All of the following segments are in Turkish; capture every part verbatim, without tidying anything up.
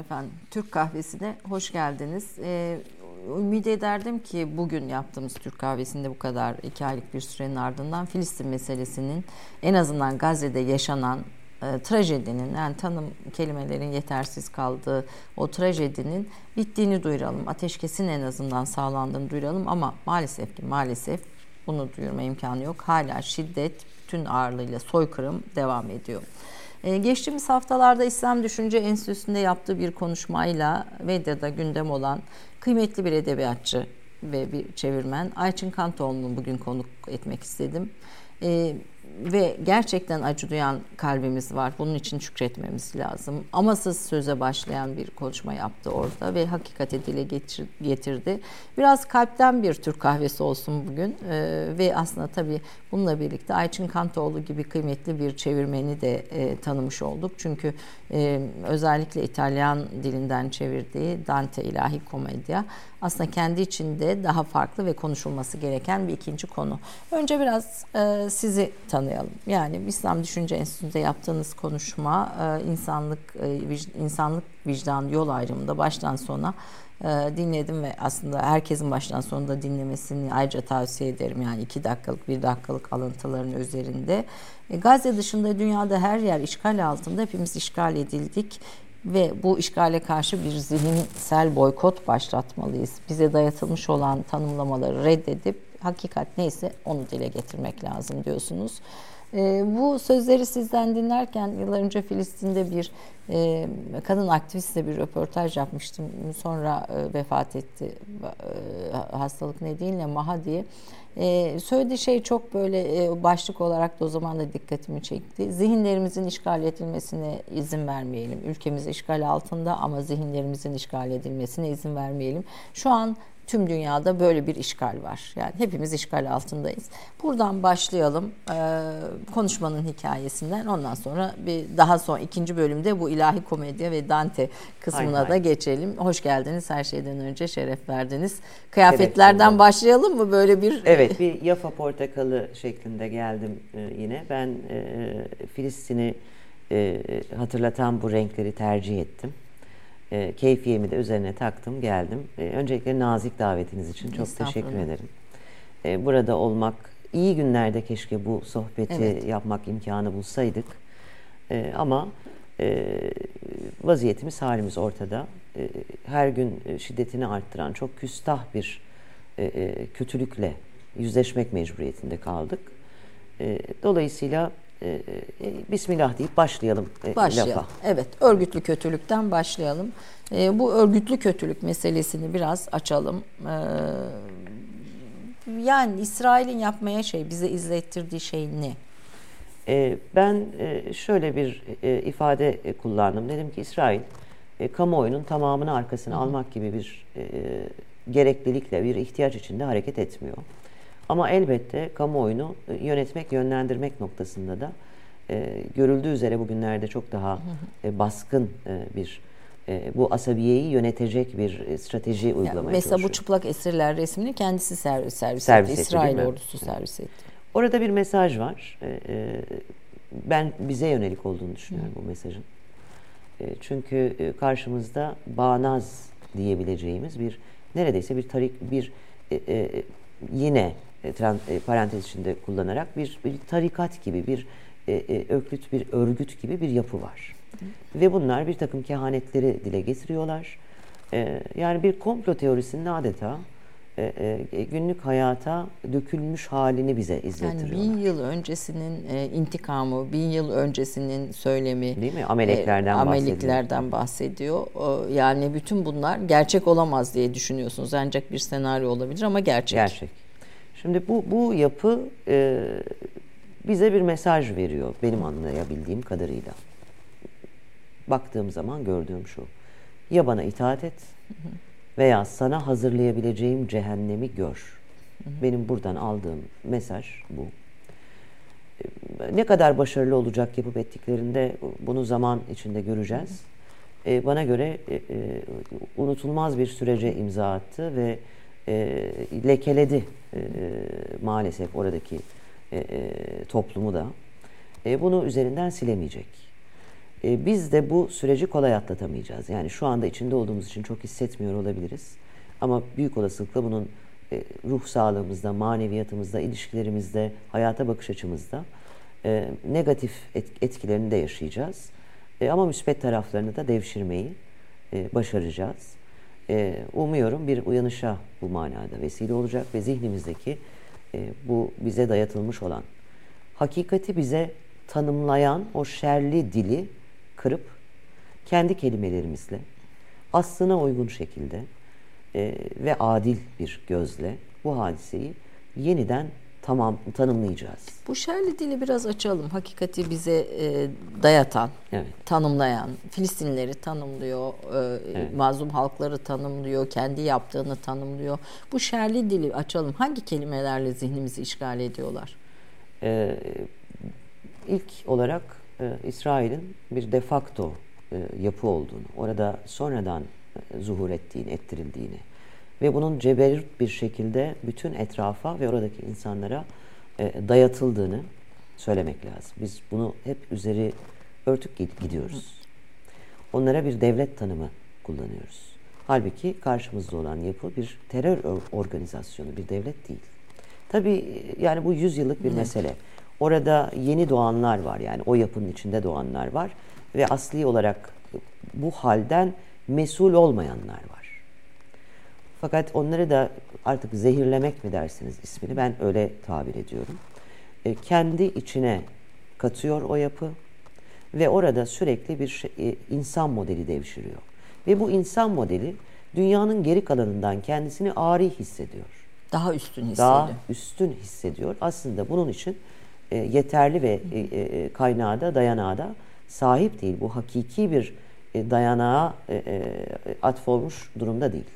efendim. Türk kahvesine hoş geldiniz. Ee, ümit ederdim ki bugün yaptığımız Türk kahvesinde bu kadar iki aylık bir sürenin ardından Filistin meselesinin en azından Gazze'de yaşanan e, trajedinin, yani tanım kelimelerin yetersiz kaldığı o trajedinin bittiğini duyuralım. Ateşkesin en azından sağlandığını duyuralım ama maalesef ki maalesef bunu duyurma imkanı yok. Hala şiddet bütün ağırlığıyla soykırım devam ediyor. Ee, geçtiğimiz haftalarda İslam Düşünce Enstitüsü'nde yaptığı bir konuşmayla medyada gündem olan kıymetli bir edebiyatçı ve bir çevirmen Ayçin Kantoğlu'nu bugün konuk etmek istedim. Ee, ve gerçekten acı duyan kalbimiz var. Bunun için şükretmemiz lazım. Amasız söze başlayan bir konuşma yaptı orada ve hakikati dile getirdi. Biraz kalpten bir Türk kahvesi olsun bugün. Ee, ve aslında tabii bununla birlikte Ayçin Kantoğlu gibi kıymetli bir çevirmeni de e, tanımış olduk. Çünkü e, özellikle İtalyan dilinden çevirdiği Dante İlahi Komedya aslında kendi içinde daha farklı ve konuşulması gereken bir ikinci konu. Önce biraz e, sizi tanıyalım. Yani İslam Düşünce Enstitüsü'nde yaptığınız konuşma e, insanlık e, vic, insanlık vicdan yol ayrımında baştan sona e, dinledim ve aslında herkesin baştan sona da dinlemesini ayrıca tavsiye ederim. Yani iki dakikalık, bir dakikalık alıntıların üzerinde. E, Gazze dışında dünyada her yer işgal altında, hepimiz işgal edildik. Ve bu işgale karşı bir zihinsel boykot başlatmalıyız. Bize dayatılmış olan tanımlamaları reddedip hakikat neyse onu dile getirmek lazım diyorsunuz. E, bu sözleri sizden dinlerken yıllar önce Filistin'de bir e, kadın aktivistle bir röportaj yapmıştım. Sonra e, vefat etti. E, hastalık nedeniyle Maha diye. Ee, söylediği şey çok böyle e, başlık olarak da o zaman da dikkatimi çekti. Zihinlerimizin işgal edilmesine izin vermeyelim. Ülkemiz işgal altında ama zihinlerimizin işgal edilmesine izin vermeyelim. Şu an tüm dünyada böyle bir işgal var. Yani hepimiz işgal altındayız. Buradan başlayalım ee, konuşmanın hikayesinden. Ondan sonra bir daha sonra ikinci bölümde bu ilahi komedya ve Dante kısmına hay da hay. geçelim. Hoş geldiniz. Her şeyden önce şeref verdiniz. Kıyafetlerden evet, başlayalım mı böyle bir? Evet, bir yafa portakalı şeklinde geldim e, yine. Ben e, Filistin'i e, hatırlatan bu renkleri tercih ettim. E, keyfiyemi de üzerine taktım, geldim. E, öncelikle nazik davetiniz için çok teşekkür ederim. E, burada olmak, iyi günlerde keşke bu sohbeti evet. yapmak imkanı bulsaydık. E, ama e, vaziyetimiz, halimiz ortada. E, her gün şiddetini arttıran çok küstah bir e, e, kötülükle yüzleşmek mecburiyetinde kaldık. E, dolayısıyla e, e, Bismillah deyip başlayalım, e, başlayalım. lafa. Evet, örgütlü kötülükten başlayalım. E, bu örgütlü kötülük meselesini biraz açalım. E, yani İsrail'in yapmaya şey, bize izlettirdiği şey ne? E, ben e, şöyle bir e, ifade e, kullandım. Dedim ki İsrail e, kamuoyunun tamamını arkasına Hı-hı. almak gibi bir e, gereklilikle, bir ihtiyaç içinde hareket etmiyor. Ama elbette kamuoyunu yönetmek, yönlendirmek noktasında da e, görüldüğü üzere bugünlerde çok daha e, baskın e, bir e, bu asabiyeyi yönetecek bir e, strateji uygulamaya yani mesela çalışıyor. Bu çıplak esirler resmini kendisi servis, servis, servis etti. etti. İsrail ordusu evet. servis etti. Orada bir mesaj var. E, e, ben bize yönelik olduğunu düşünüyorum Hı. bu mesajın. E, çünkü e, karşımızda bağnaz diyebileceğimiz bir neredeyse bir tarik bir e, e, yine e, parantez içinde kullanarak bir, bir tarikat gibi bir e, e, öklüt bir örgüt gibi bir yapı var. Hı. Ve bunlar bir takım kehanetleri dile getiriyorlar. E, yani bir komplo teorisinin adeta e, e, günlük hayata dökülmüş halini bize izletiyorlar. Yani bin yıl öncesinin e, intikamı, bin yıl öncesinin söylemi. Değil mi? Ameleklerden, e, ameleklerden bahsediyor. bahsediyor. Yani bütün bunlar gerçek olamaz diye düşünüyorsunuz. Ancak bir senaryo olabilir ama gerçek. Gerçek. Şimdi bu bu yapı e, bize bir mesaj veriyor benim anlayabildiğim kadarıyla. Baktığım zaman gördüğüm şu. Ya bana itaat et veya sana hazırlayabileceğim cehennemi gör. Benim buradan aldığım mesaj bu. Ne kadar başarılı olacak yapıp ettiklerinde bunu zaman içinde göreceğiz. E, bana göre e, e, unutulmaz bir sürece imza attı ve e, lekeledi e, maalesef oradaki e, e, toplumu da. E, bunu üzerinden silemeyecek. E, biz de bu süreci kolay atlatamayacağız. Yani şu anda içinde olduğumuz için çok hissetmiyor olabiliriz. Ama büyük olasılıkla bunun e, ruh sağlığımızda, maneviyatımızda, ilişkilerimizde, hayata bakış açımızda e, negatif et, etkilerini de yaşayacağız. E, ama müspet taraflarını da devşirmeyi e, başaracağız. E, umuyorum bir uyanışa bu manada vesile olacak ve zihnimizdeki e, bu bize dayatılmış olan hakikati bize tanımlayan o şerli dili kırıp kendi kelimelerimizle aslına uygun şekilde e, ve adil bir gözle bu hadiseyi yeniden tamam tanımlayacağız. Bu şerli dili biraz açalım. Hakikati bize e, dayatan, evet. tanımlayan, Filistinlileri tanımlıyor, e, evet. mazlum halkları tanımlıyor, kendi yaptığını tanımlıyor. Bu şerli dili açalım. Hangi kelimelerle zihnimizi işgal ediyorlar? Ee, ilk olarak e, İsrail'in bir de facto e, yapı olduğunu, orada sonradan e, zuhur ettiğini, ettirildiğini ve bunun ceberut bir şekilde bütün etrafa ve oradaki insanlara e, dayatıldığını söylemek lazım. Biz bunu hep üzeri örtük gidiyoruz. Onlara bir devlet tanımı kullanıyoruz. Halbuki karşımızda olan yapı bir terör organizasyonu, bir devlet değil. Tabii yani bu yüzyıllık bir mesele. Orada yeni doğanlar var, yani o yapının içinde doğanlar var ve asli olarak bu halden mesul olmayanlar var. Fakat onları da artık zehirlemek mi dersiniz ismini, ben öyle tabir ediyorum. E, kendi içine katıyor o yapı ve orada sürekli bir şey, e, insan modeli devşiriyor. Ve bu insan modeli dünyanın geri kalanından kendisini ari hissediyor. Daha üstün hissediyor. Daha üstün hissediyor. Aslında bunun için e, yeterli ve e, e, kaynağa da dayanağa da sahip değil. Bu hakiki bir e, dayanağa e, e, atfolmuş durumda değil.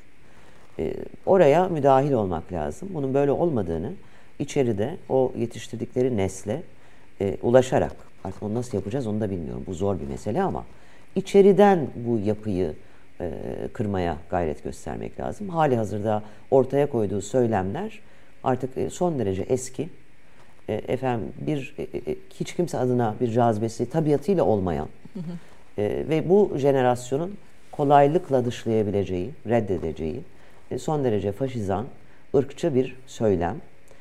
E, oraya müdahil olmak lazım. Bunun böyle olmadığını içeride o yetiştirdikleri nesle e, ulaşarak, artık onu nasıl yapacağız onu da bilmiyorum. Bu zor bir mesele ama içeriden bu yapıyı e, kırmaya gayret göstermek lazım. Hali hazırda ortaya koyduğu söylemler artık e, son derece eski. E, efendim bir e, e, hiç kimse adına bir cazibesi tabiatıyla olmayan hı hı. E, ve bu jenerasyonun kolaylıkla dışlayabileceği, reddedeceği e, son derece faşizan, ırkçı bir söylem.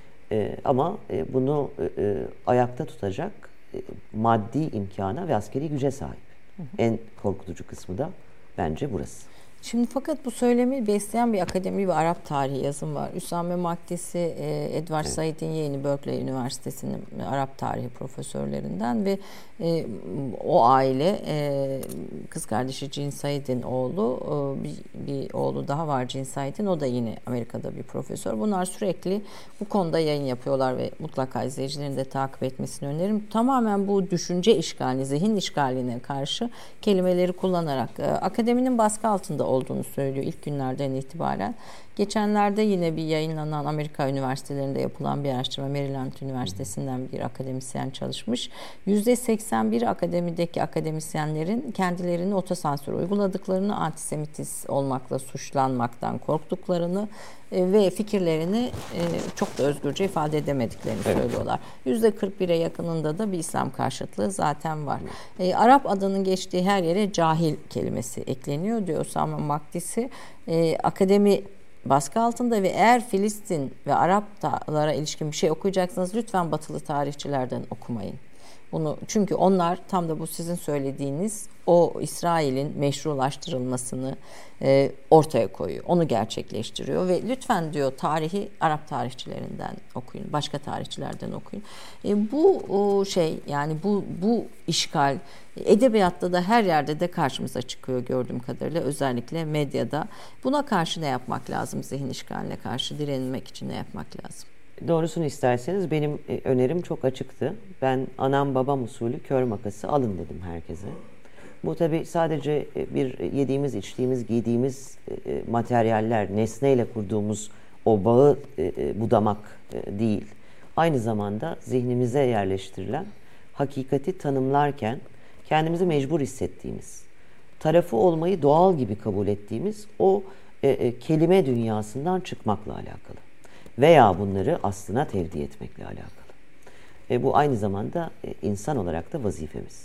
E, ama e, bunu e, e, ayakta tutacak e, maddi imkana ve askeri güce sahip. Hı hı. En korkutucu kısmı da bence burası. Şimdi fakat bu söylemi besleyen bir akademi ve Arap tarihi yazım var. Üsame Makdisi, Edward evet. Said'in yeğeni Berkeley Üniversitesi'nin Arap tarihi profesörlerinden ve e, o aile e, kız kardeşi Jean Said'in oğlu, e, bir, bir oğlu daha var Jean Said'in, o da yine Amerika'da bir profesör. Bunlar sürekli bu konuda yayın yapıyorlar ve mutlaka izleyicilerin de takip etmesini öneririm. Tamamen bu düşünce işgaline, zihin işgaline karşı kelimeleri kullanarak e, akademinin baskı altında olduğunu söylüyor ilk günlerden itibaren. Geçenlerde yine bir yayınlanan Amerika üniversitelerinde yapılan bir araştırma, Maryland Üniversitesi'nden bir akademisyen çalışmış. yüzde seksen bir akademideki akademisyenlerin kendilerini otosansür uyguladıklarını, antisemitiz olmakla suçlanmaktan korktuklarını ve fikirlerini çok da özgürce ifade edemediklerini evet. söylüyorlar. yüzde kırk bire yakınında da bir İslam karşıtlığı zaten var. Evet. Arap adının geçtiği her yere cahil kelimesi ekleniyor diyor Üsame Makdisi. Akademi baskı altında ve eğer Filistin ve Araplara ilişkin bir şey okuyacaksanız lütfen batılı tarihçilerden okumayın. Bunu, çünkü onlar tam da bu sizin söylediğiniz o İsrail'in meşrulaştırılmasını e, ortaya koyuyor. Onu gerçekleştiriyor ve lütfen diyor tarihi Arap tarihçilerinden okuyun, başka tarihçilerden okuyun. E, bu o şey yani bu bu işgal edebiyatta da her yerde de karşımıza çıkıyor gördüğüm kadarıyla, özellikle medyada. Buna karşı ne yapmak lazım? Zihin işgaline karşı direnmek için ne yapmak lazım? Doğrusunu isterseniz benim önerim çok açıktı. Ben anam babam usulü kör makası alın dedim herkese. Bu tabii sadece bir yediğimiz, içtiğimiz, giydiğimiz materyaller, nesneyle kurduğumuz o bağı budamak değil. Aynı zamanda zihnimize yerleştirilen, hakikati tanımlarken kendimizi mecbur hissettiğimiz, tarafı olmayı doğal gibi kabul ettiğimiz o kelime dünyasından çıkmakla alakalı. Veya bunları aslına tevdi etmekle alakalı. E, bu aynı zamanda e, insan olarak da vazifemiz.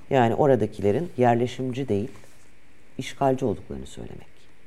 Yani oradakilerin yerleşimci değil, işgalci olduklarını söylemek.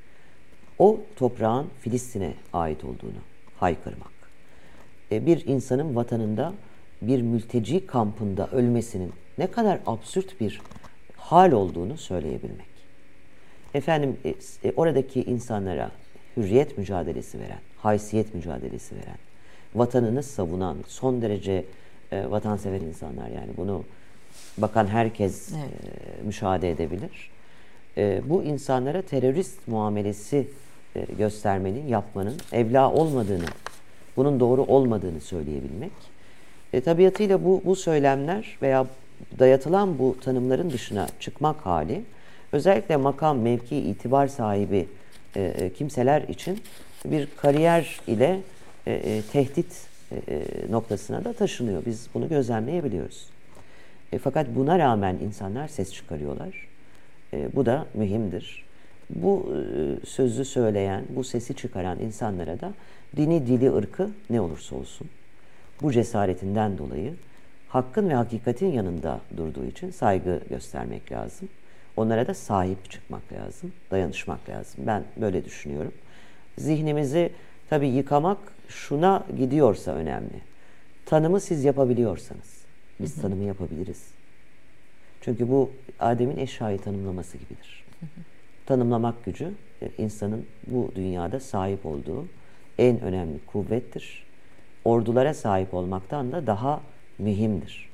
O toprağın Filistin'e ait olduğunu haykırmak. E, bir insanın vatanında bir mülteci kampında ölmesinin ne kadar absürt bir hal olduğunu söyleyebilmek. Efendim e, e, oradaki insanlara hürriyet mücadelesi veren, haysiyet mücadelesi veren, vatanını savunan, son derece e, vatansever insanlar, yani bunu bakan herkes evet. e, müşahede edebilir. E, bu insanlara terörist muamelesi e, göstermenin, yapmanın evla olmadığını, bunun doğru olmadığını söyleyebilmek. E, tabiatıyla bu, bu söylemler veya dayatılan bu tanımların dışına çıkmak hali, özellikle makam, mevki, itibar sahibi e, kimseler için bir kariyer ile e, e, tehdit e, noktasına da taşınıyor. Biz bunu gözlemleyebiliyoruz. E, fakat buna rağmen insanlar ses çıkarıyorlar. E, bu da mühimdir. Bu e, sözü söyleyen, bu sesi çıkaran insanlara da dini, dili, ırkı ne olursa olsun bu cesaretinden dolayı hakkın ve hakikatin yanında durduğu için saygı göstermek lazım. Onlara da sahip çıkmak lazım, dayanışmak lazım. Ben böyle düşünüyorum. Zihnimizi tabii yıkamak şuna gidiyorsa önemli. Tanımı siz yapabiliyorsanız, biz hı hı. tanımı yapabiliriz. Çünkü bu Adem'in eşyayı tanımlaması gibidir. Hı hı. Tanımlamak gücü insanın bu dünyada sahip olduğu en önemli kuvvettir. Ordulara sahip olmaktan da daha mühimdir.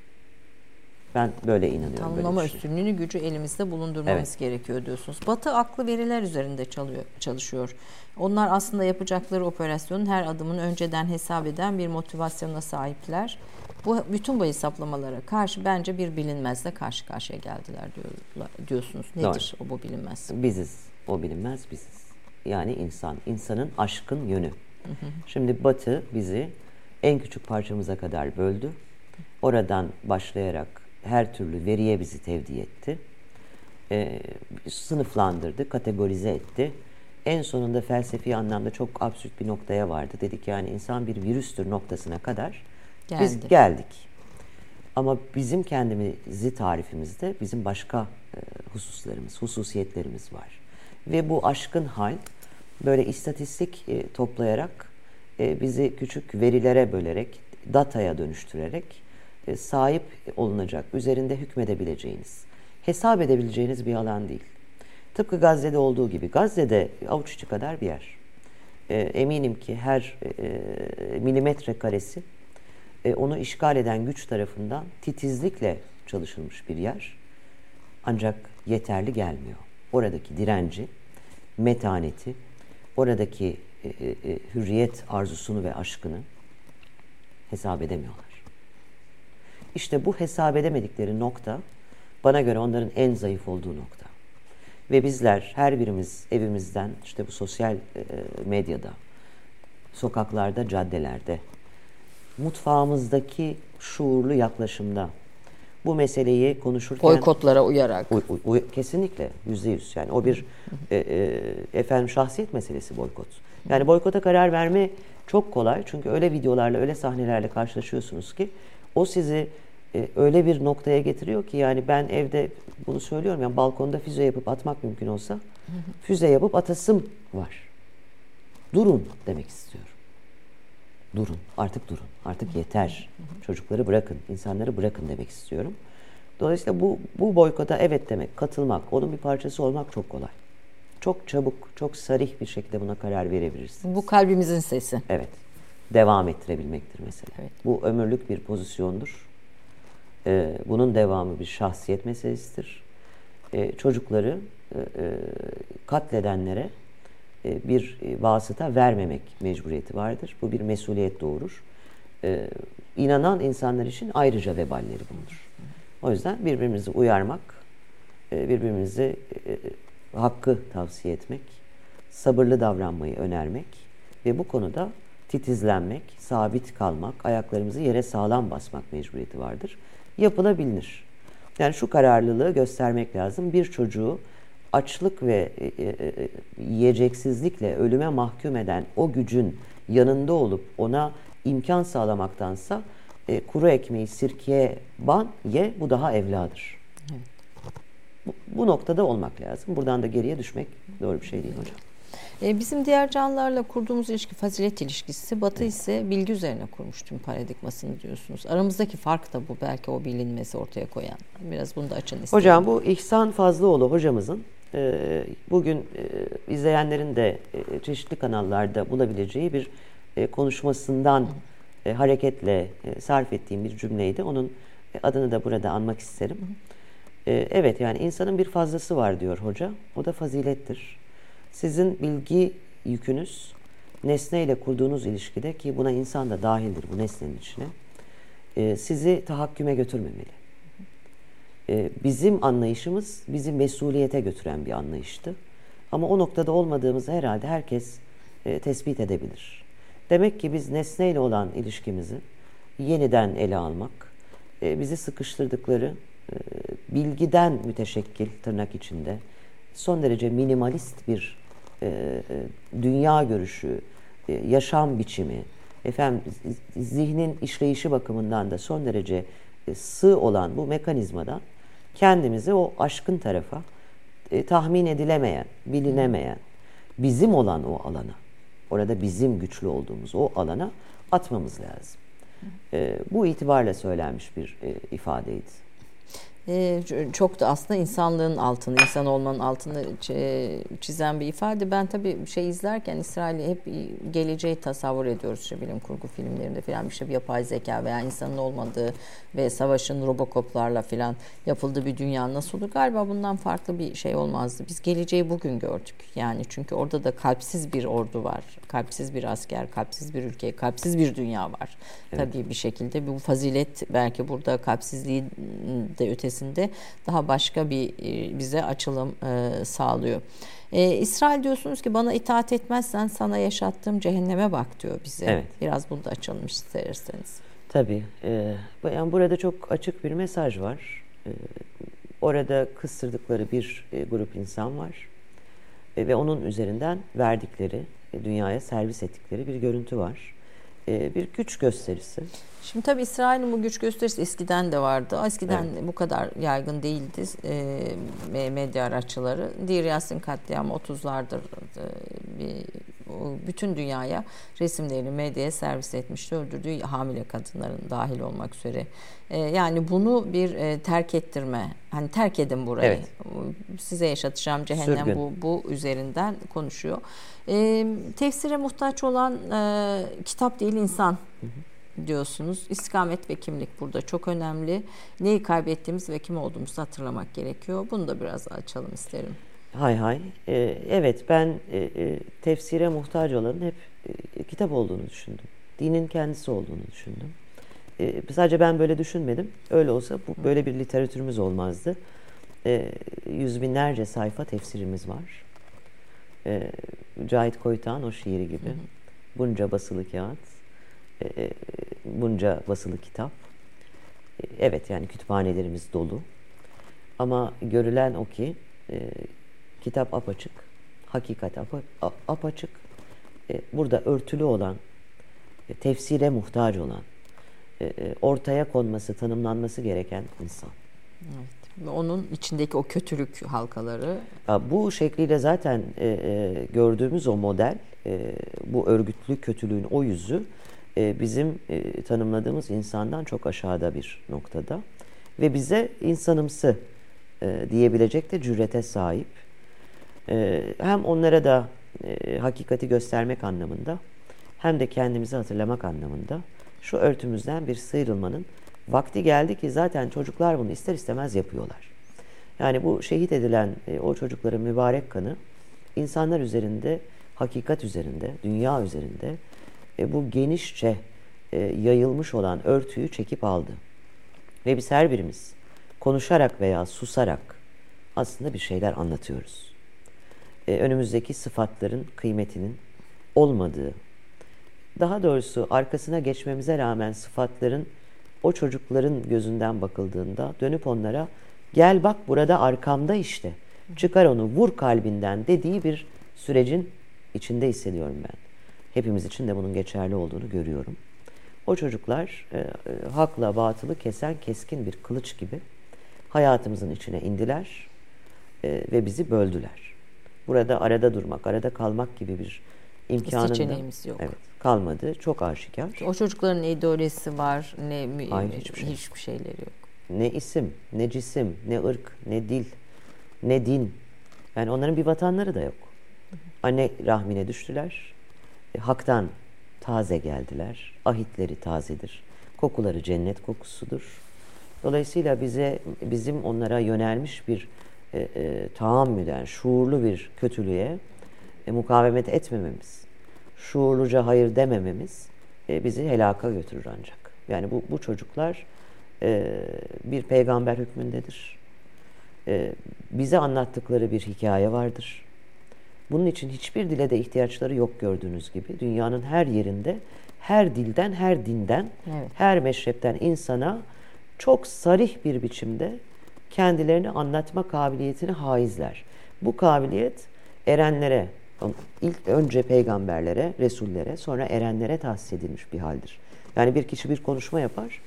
Ben böyle inanıyorum. Tanımlama üstünlüğünü, gücü elimizde bulundurmamız evet. gerekiyor diyorsunuz. Batı aklı veriler üzerinde çalıyor, çalışıyor. Onlar aslında yapacakları operasyonun her adımını önceden hesap eden bir motivasyona sahipler. Bu bütün bu hesaplamalara karşı bence bir bilinmezle karşı karşıya geldiler diyor, diyorsunuz. Nedir Doğru. o bu bilinmez? Biziz. O bilinmez biziz. Yani insan. İnsanın aşkın yönü. Hı hı. Şimdi Batı bizi en küçük parçamıza kadar böldü. Oradan başlayarak her türlü veriye bizi tevdi etti. E, sınıflandırdı, kategorize etti. En sonunda felsefi anlamda çok absürt bir noktaya vardı. Dedik yani insan bir virüstür noktasına kadar Geldi. biz geldik. Ama bizim kendimizi tarifimizde bizim başka e, hususlarımız, hususiyetlerimiz var. Ve bu aşkın hal böyle istatistik e, toplayarak e, bizi küçük verilere bölerek, dataya dönüştürerek e, sahip olunacak, üzerinde hükmedebileceğiniz, hesap edebileceğiniz bir alan değil. Tıpkı Gazze'de olduğu gibi. Gazze'de avuç içi kadar bir yer. E, eminim ki her e, milimetre karesi e, onu işgal eden güç tarafından titizlikle çalışılmış bir yer. Ancak yeterli gelmiyor. Oradaki direnci, metaneti, oradaki e, e, hürriyet arzusunu ve aşkını hesap edemiyorlar. İşte bu hesap edemedikleri nokta bana göre onların en zayıf olduğu nokta. Ve bizler her birimiz evimizden işte bu sosyal e, medyada, sokaklarda, caddelerde, mutfağımızdaki şuurlu yaklaşımda bu meseleyi konuşurken... Boykotlara uyarak. Uy, uy, uy, kesinlikle yüzde yüz. Yani o bir e, e, efendim şahsiyet meselesi boykot. Yani boykota karar verme çok kolay. Çünkü öyle videolarla, öyle sahnelerle karşılaşıyorsunuz ki o sizi e, öyle bir noktaya getiriyor ki yani ben evde bunu söylüyorum yani balkonda füze yapıp atmak mümkün olsa füze yapıp atasım var. Durun demek istiyorum. Durun. Artık durun. Artık yeter. Çocukları bırakın. İnsanları bırakın demek istiyorum. Dolayısıyla bu, bu boykota evet demek, katılmak, onun bir parçası olmak çok kolay. Çok çabuk, çok sarih bir şekilde buna karar verebilirsiniz. Bu kalbimizin sesi. Evet. Devam ettirebilmektir mesela. Evet. Bu ömürlük bir pozisyondur. Ee, bunun devamı bir şahsiyet meselesidir. Ee, çocukları e, e, katledenlere e, bir vasıta vermemek mecburiyeti vardır. Bu bir mesuliyet doğurur. Ee, inanan insanlar için ayrıca veballeri bulunur. O yüzden birbirimizi uyarmak, birbirimizi hakkı tavsiye etmek, sabırlı davranmayı önermek ve bu konuda titizlenmek, sabit kalmak, ayaklarımızı yere sağlam basmak mecburiyeti vardır. Yapılabilir. Yani şu kararlılığı göstermek lazım. Bir çocuğu açlık ve yiyeceksizlikle ölüme mahkum eden o gücün yanında olup ona imkan sağlamaktansa e, kuru ekmeği sirkeye ban ye, bu daha evladır. Evet. Bu, bu noktada olmak lazım. Buradan da geriye düşmek doğru bir şey değil hocam. Bizim diğer canlılarla kurduğumuz ilişki fazilet ilişkisi. Batı ise bilgi üzerine kurmuş tüm paradigmasını diyorsunuz. Aramızdaki fark da bu, belki o bilinmesi ortaya koyan. Biraz bunu da açın istedim. Hocam bu İhsan Fazlıoğlu hocamızın bugün izleyenlerin de çeşitli kanallarda bulabileceği bir konuşmasından hareketle sarf ettiğim bir cümleydi. Onun adını da burada anmak isterim. Evet, yani insanın bir fazlası var diyor hoca. O da fazilettir. Sizin bilgi yükünüz nesneyle kurduğunuz ilişkide, ki buna insan da dahildir bu nesnenin içine, sizi tahakküme götürmemeli. Bizim anlayışımız bizi mesuliyete götüren bir anlayıştı. Ama o noktada olmadığımızı herhalde herkes tespit edebilir. Demek ki biz nesneyle olan ilişkimizi yeniden ele almak, bizi sıkıştırdıkları bilgiden müteşekkil, tırnak içinde, son derece minimalist bir e, dünya görüşü, e, yaşam biçimi, efendim zihnin işleyişi bakımından da son derece e, sığ olan bu mekanizmadan kendimizi o aşkın tarafa, e, tahmin edilemeyen, bilinemeyen, bizim olan o alana, orada bizim güçlü olduğumuz o alana atmamız lazım. E, bu itibarla söylenmiş bir e, ifadeydi. Ee, çok da aslında insanlığın altını, insan olmanın altını çizen bir ifade. Ben tabii şey izlerken İsrail'i hep geleceği tasavvur ediyoruz işte bilim kurgu filmlerinde falan, işte bir yapay zeka veya insanın olmadığı ve savaşın robokoplarla falan yapıldığı bir dünya nasıl olur? Galiba bundan farklı bir şey olmazdı. Biz geleceği bugün gördük. Yani çünkü orada da kalpsiz bir ordu var. Kalpsiz bir asker, kalpsiz bir ülke, kalpsiz bir dünya var. Evet. Tabii bir şekilde bu fazilet belki burada kalpsizliği de ötesi daha başka bir bize açılım e, sağlıyor. E, İsrail diyorsunuz ki bana itaat etmezsen sana yaşattığım cehenneme bak diyor bize. Evet. Biraz bunu da açalım isterseniz. Tabii. E, yani burada çok açık bir mesaj var. E, orada kıstırdıkları bir e, grup insan var. E, ve onun üzerinden verdikleri, e, dünyaya servis ettikleri bir görüntü var. E, bir güç gösterisi. Şimdi tabii İsrail'in bu güç gösterisi eskiden de vardı. Eskiden evet. bu kadar yaygın değildi e, medya araçları. Deir Yassin katliamı otuzlardır e, bir, bütün dünyaya resimlerini medyaya servis etmişti. Öldürdüğü hamile kadınların dahil olmak üzere. E, yani bunu bir e, terk ettirme. Hani terk edin burayı. Evet. Size yaşatacağım cehennem bu, bu üzerinden konuşuyor. E, tefsire muhtaç olan e, kitap değil insan. Hı hı. Diyorsunuz. İstikamet ve kimlik burada çok önemli. Neyi kaybettiğimiz ve kim olduğumuzu hatırlamak gerekiyor. Bunu da biraz açalım isterim. Hay hay. Ee, evet, ben e, tefsire muhtaç olanın hep e, kitap olduğunu düşündüm. Dinin kendisi olduğunu düşündüm. E, sadece ben böyle düşünmedim. Öyle olsa bu böyle bir literatürümüz olmazdı. E, yüz binlerce sayfa tefsirimiz var. E, Cahit Koyutağ'ın o şiiri gibi. Hı hı. Bunca basılı kağıt. E, bunca basılı kitap. E, evet, yani kütüphanelerimiz dolu. Ama görülen o ki e, kitap apaçık, hakikat apa, apaçık. E, burada örtülü olan, e, tefsire muhtaç olan, e, ortaya konması, tanımlanması gereken insan. Evet. Onun içindeki o kötülük halkaları. Bu şekliyle zaten e, e, gördüğümüz o model, e, bu örgütlü kötülüğün o yüzü e, bizim e, tanımladığımız insandan çok aşağıda bir noktada ve bize insanımsı e, diyebilecek de cürete sahip. E, hem onlara da e, hakikati göstermek anlamında hem de kendimizi hatırlamak anlamında şu örtümüzden bir sıyrılmanın vakti geldi ki zaten çocuklar bunu ister istemez yapıyorlar. Yani bu şehit edilen e, o çocukların mübarek kanı insanlar üzerinde, hakikat üzerinde, dünya üzerinde e, bu genişçe e, yayılmış olan örtüyü çekip aldı. Ve biz her birimiz konuşarak veya susarak aslında bir şeyler anlatıyoruz. E, önümüzdeki sıfatların kıymetinin olmadığı, daha doğrusu arkasına geçmemize rağmen sıfatların o çocukların gözünden bakıldığında dönüp onlara gel bak burada arkamda işte, çıkar onu vur kalbinden dediği bir sürecin içinde hissediyorum ben. Hepimiz için de bunun geçerli olduğunu görüyorum. O çocuklar e, e, hakla batılı kesen keskin bir kılıç gibi hayatımızın içine indiler. e, ve bizi böldüler. Burada arada durmak, arada kalmak gibi bir imkanın da yok. Evet, kalmadı. Çok aşikar. O çocukların ne ideolojisi var, ne Hayır, hiçbir, şey. hiçbir şeyleri yok. Ne isim, ne cisim, ne ırk, ne dil, ne din. Yani onların bir vatanları da yok. Anne rahmine düştüler. E, hak'tan taze geldiler. Ahitleri tazedir. Kokuları cennet kokusudur. Dolayısıyla bize bizim onlara yönelmiş bir e, e, tahammüden, şuurlu bir kötülüğe e, mukavemet etmememiz, şuurluca hayır demememiz e, bizi helaka götürür ancak. Yani bu, bu çocuklar e, bir peygamber hükmündedir. E, bize anlattıkları bir hikaye vardır. Bunun için hiçbir dile de ihtiyaçları yok gördüğünüz gibi. Dünyanın her yerinde, her dilden, her dinden, evet. her meşrepten insana çok sarih bir biçimde kendilerini anlatma kabiliyetini haizler. Bu kabiliyet erenlere, ilk önce peygamberlere, resullere, sonra erenlere tahsis edilmiş bir haldir. Yani bir kişi bir konuşma yapar,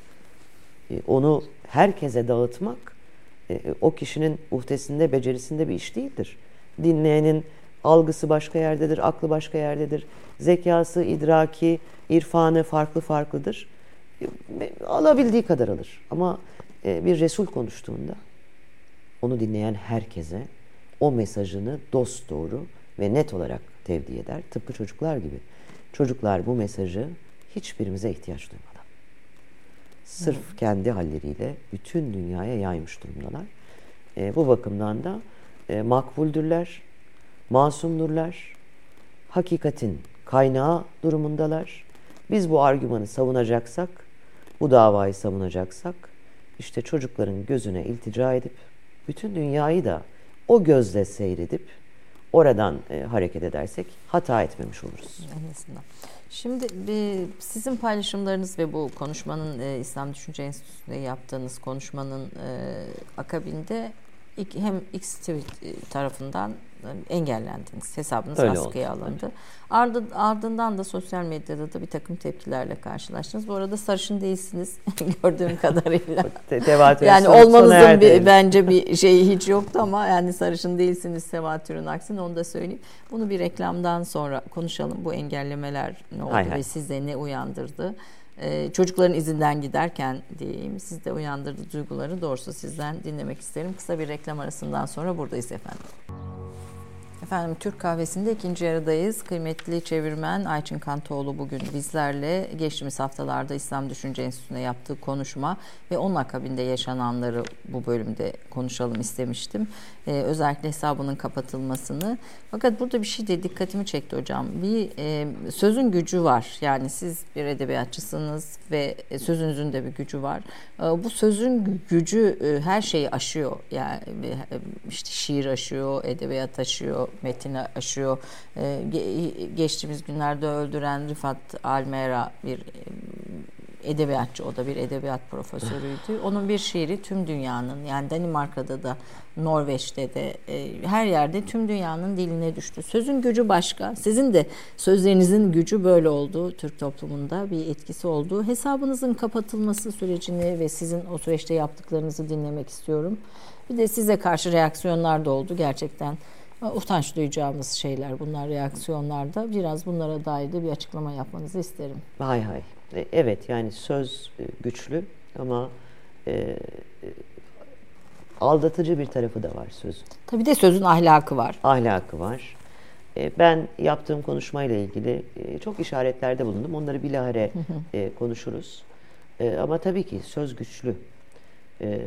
onu herkese dağıtmak o kişinin uhdesinde, becerisinde bir iş değildir. Dinleyenin algısı başka yerdedir, aklı başka yerdedir. Zekası, idraki, irfanı farklı farklıdır. Alabildiği kadar alır. Ama bir Resul konuştuğunda onu dinleyen herkese o mesajını dosdoğru ve net olarak tevdi eder. Tıpkı çocuklar gibi. Çocuklar bu mesajı hiçbirimize ihtiyaç duymadan sırf hmm. kendi halleriyle bütün dünyaya yaymış durumdalar. E, bu bakımdan da e, makbuldürler, masumdurlar, hakikatin kaynağı durumundalar. Biz bu argümanı savunacaksak, bu davayı savunacaksak, işte çocukların gözüne iltica edip, bütün dünyayı da o gözle seyredip, oradan e, hareket edersek hata etmemiş oluruz. En azından. Şimdi bir, sizin paylaşımlarınız ve bu konuşmanın e, İslam Düşünce Enstitüsü'nde yaptığınız konuşmanın e, akabinde ilk, hem X tweet tarafından engellendiniz. Hesabınız Öyle askıya oldu. alındı. Ardı, ardından da sosyal medyada da bir takım tepkilerle karşılaştınız. Bu arada sarışın değilsiniz gördüğüm kadarıyla. Tevatür yani olmanızın bir, bence bir şeyi hiç yoktu ama yani sarışın değilsiniz tevatürün aksine onu da söyleyeyim. Bunu bir reklamdan sonra konuşalım. Bu engellemeler ne oldu hay ve hay. sizde ne uyandırdı? Ee, çocukların izinden giderken diyeyim sizde uyandırdığı duyguları doğrusu sizden dinlemek isterim. Kısa bir reklam arasından sonra buradayız efendim. Efendim Türk Kahvesi'nde ikinci yarıdayız. Kıymetli çevirmen Ayçin Kantoğlu bugün bizlerle. Geçtiğimiz haftalarda İslam Düşünce Enstitüsü'nde yaptığı konuşma ve onun akabinde yaşananları bu bölümde konuşalım istemiştim. Ee, özellikle hesabının kapatılmasını. Fakat burada bir şey de dikkatimi çekti hocam. Bir e, sözün gücü var. Yani siz bir edebiyatçısınız ve sözünüzün de bir gücü var. E, bu sözün gücü e, her şeyi aşıyor. Yani e, işte şiir aşıyor, edebiyat aşıyor, metini aşıyor. Ee, geçtiğimiz günlerde öldüren Rifat Almera bir edebiyatçı, o da bir edebiyat profesörüydü. Onun bir şiiri tüm dünyanın, yani Danimarka'da da, Norveç'te de, her yerde tüm dünyanın diline düştü. Sözün gücü başka. Sizin de sözlerinizin gücü böyle oldu. Türk toplumunda bir etkisi oldu. Hesabınızın kapatılması sürecini ve sizin o süreçte yaptıklarınızı dinlemek istiyorum. Bir de size karşı reaksiyonlar da oldu gerçekten. Utanç duyacağımız şeyler bunlar, reaksiyonlarda. Biraz bunlara dair de bir açıklama yapmanızı isterim. Hay hay. Evet, yani söz güçlü ama e, aldatıcı bir tarafı da var sözün. Tabii de sözün ahlakı var. Ahlakı var. E, ben yaptığım konuşmayla ilgili e, çok işaretlerde bulundum. Onları bilahare e, konuşuruz. E, ama tabii ki söz güçlü. E,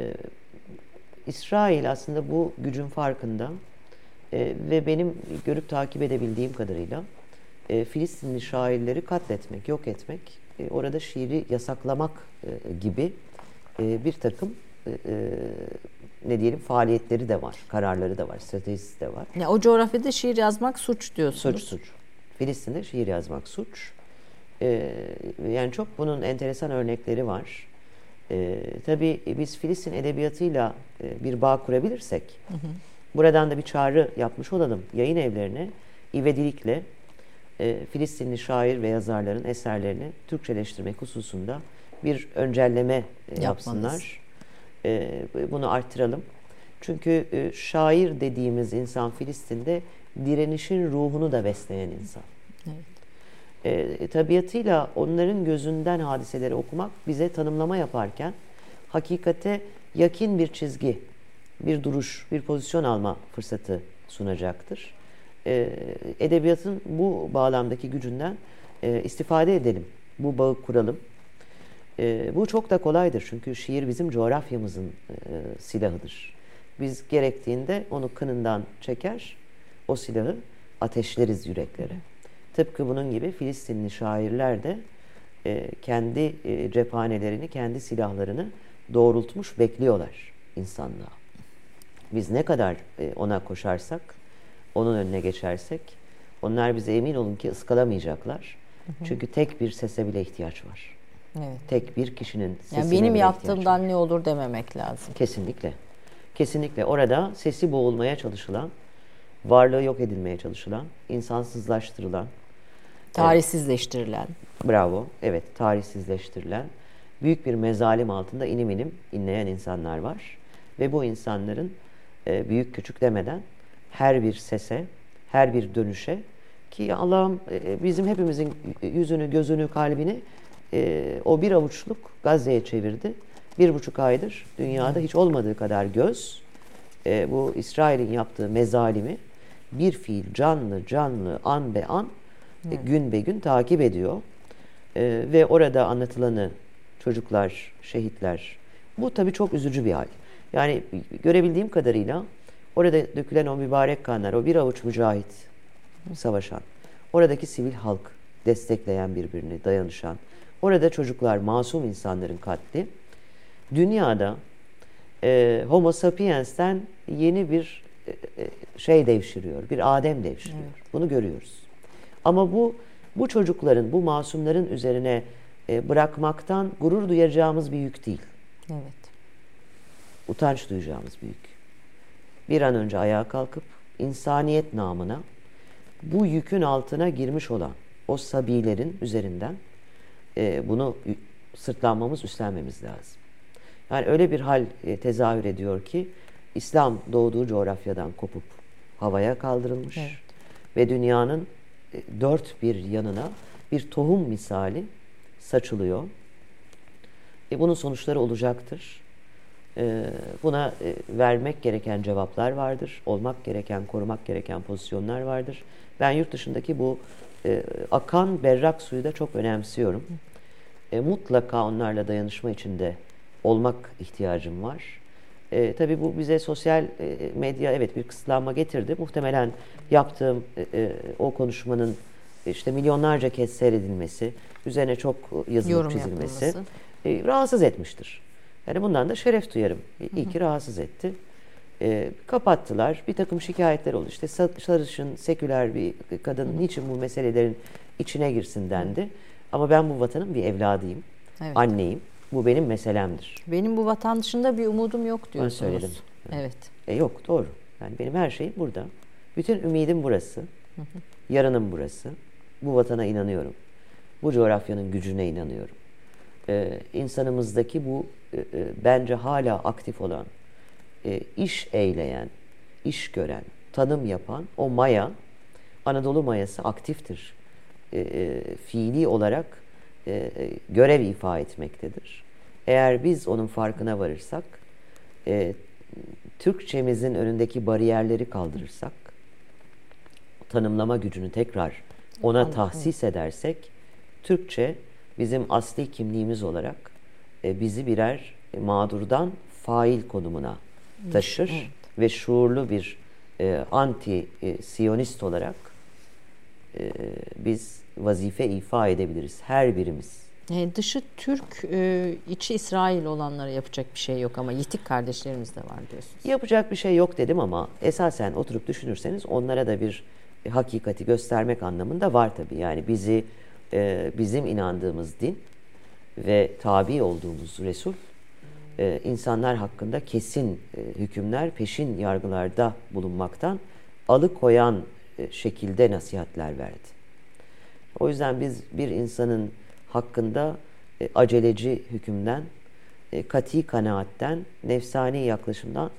İsrail aslında bu gücün farkında. Ee, ve benim görüp takip edebildiğim kadarıyla e, Filistinli şairleri katletmek, yok etmek, e, orada şiiri yasaklamak e, gibi e, bir takım e, ne diyelim faaliyetleri de var, kararları da var, stratejisi de var. Ya, o coğrafyada şiir yazmak suç diyorsunuz. Suç, suç. Filistin'de şiir yazmak suç. E, yani çok bunun enteresan örnekleri var. E, tabii biz Filistin edebiyatıyla e, bir bağ kurabilirsek, hı hı. Buradan da bir çağrı yapmış olalım yayın evlerine, ivedilikle e, Filistinli şair ve yazarların eserlerini Türkçeleştirmek hususunda bir öncelleme e, yapsınlar. E, bunu arttıralım. Çünkü e, şair dediğimiz insan Filistin'de direnişin ruhunu da besleyen insan. Evet. E, tabiatıyla onların gözünden hadiseleri okumak bize tanımlama yaparken hakikate yakın bir çizgi, bir duruş, bir pozisyon alma fırsatı sunacaktır. E, edebiyatın bu bağlamdaki gücünden e, istifade edelim, bu bağı kuralım. E, bu çok da kolaydır çünkü şiir bizim coğrafyamızın e, silahıdır. Biz gerektiğinde onu kınından çeker, o silahı ateşleriz yüreklere. Tıpkı bunun gibi Filistinli şairler de e, kendi e, cephanelerini, kendi silahlarını doğrultmuş bekliyorlar insanlığa. Biz ne kadar e, ona koşarsak, onun önüne geçersek, onlar bize emin olun ki ıskalamayacaklar. Hı hı. Çünkü tek bir sese bile ihtiyaç var. Evet. Tek bir kişinin sesine yani benim bile yaptığımdan ne olur dememek lazım. Kesinlikle. Kesinlikle. Orada sesi boğulmaya çalışılan, varlığı yok edilmeye çalışılan, insansızlaştırılan, tarihsizleştirilen. Evet, bravo. Evet, tarihsizleştirilen büyük bir mezalim altında inim inim inleyen insanlar var. Ve bu insanların e, büyük küçük demeden her bir sese, her bir dönüşe ki Allah'ım e, bizim hepimizin yüzünü, gözünü, kalbini e, o bir avuçluk Gazze'ye çevirdi. Bir buçuk aydır dünyada hiç olmadığı kadar göz e, bu İsrail'in yaptığı mezalimi bir fiil canlı canlı an be an evet. e, gün be gün takip ediyor. E, ve orada anlatılanı çocuklar, şehitler, bu tabii çok üzücü bir hal. Yani görebildiğim kadarıyla orada dökülen o mübarek kanlar, o bir avuç mücahit savaşan, oradaki sivil halk destekleyen birbirini, dayanışan, orada çocuklar, masum insanların katli, dünyada e, Homo sapiens'ten yeni bir e, şey devşiriyor, bir Adem devşiriyor. Evet. Bunu görüyoruz. Ama bu bu çocukların, bu masumların üzerine e, bırakmaktan gurur duyacağımız bir yük değil. Evet. Utanç duyacağımız bir yük. Bir an önce ayağa kalkıp insaniyet namına bu yükün altına girmiş olan o sabilerin üzerinden e, bunu sırtlanmamız, üstlenmemiz lazım. Yani öyle bir hal e, tezahür ediyor ki İslam doğduğu coğrafyadan kopup havaya kaldırılmış, evet. Ve dünyanın e, dört bir yanına bir tohum misali saçılıyor. E, bunun sonuçları olacaktır. E, buna e, vermek gereken cevaplar vardır. Olmak gereken, korumak gereken pozisyonlar vardır. Ben yurt dışındaki bu e, akan berrak suyu da çok önemsiyorum. E, mutlaka onlarla dayanışma içinde olmak ihtiyacım var. E, tabii bu bize sosyal e, medya evet bir kısıtlanma getirdi. Muhtemelen yaptığım e, e, o konuşmanın işte milyonlarca kez seyredilmesi, üzerine çok yazılıp yorum çizilmesi e, rahatsız etmiştir. Yani bundan da şeref duyarım. E, iyi ki rahatsız etti. E, kapattılar. Bir takım şikayetler oldu. İşte sarışın, seküler bir kadın niçin bu meselelerin içine girsin dendi. Ama ben bu vatanın bir evladıyım. Evet. Anneyim. Bu benim meselemdir. Benim bu vatan dışında bir umudum yok diyorsunuz. Onu söyledim. Evet. E yok doğru. Yani benim her şeyim burada. Bütün ümidim burası. Hı hı. Yarınım burası. Bu vatana inanıyorum. Bu coğrafyanın gücüne inanıyorum. Ee, insanımızdaki bu e, e, bence hala aktif olan, e, iş eyleyen, iş gören, tanım yapan o maya, Anadolu mayası aktiftir. E, e, fiili olarak e, görev ifa etmektedir. Eğer biz onun farkına varırsak, e, Türkçemizin önündeki bariyerleri kaldırırsak, tanımlama gücünü tekrar ona tahsis edersek, Türkçe bizim asli kimliğimiz olarak e, bizi birer e, mağdurdan fail konumuna taşır. Evet. Ve şuurlu bir e, anti-siyonist olarak e, biz vazife ifa edebiliriz. Her birimiz. E, dışı Türk, e, içi İsrail olanlara yapacak bir şey yok ama yitik kardeşlerimiz de var diyorsunuz. Yapacak bir şey yok dedim ama esasen oturup düşünürseniz onlara da bir e, hakikati göstermek anlamında var tabii. Yani bizi e, bizim inandığımız din ve tabi olduğumuz Resul e, insanlar hakkında kesin e, hükümler, peşin yargılarda bulunmaktan alıkoyan e, şekilde nasihatler verdi. O yüzden biz bir insanın hakkında e, aceleci hükümden, e, kati kanaatten, nefsani yaklaşımdan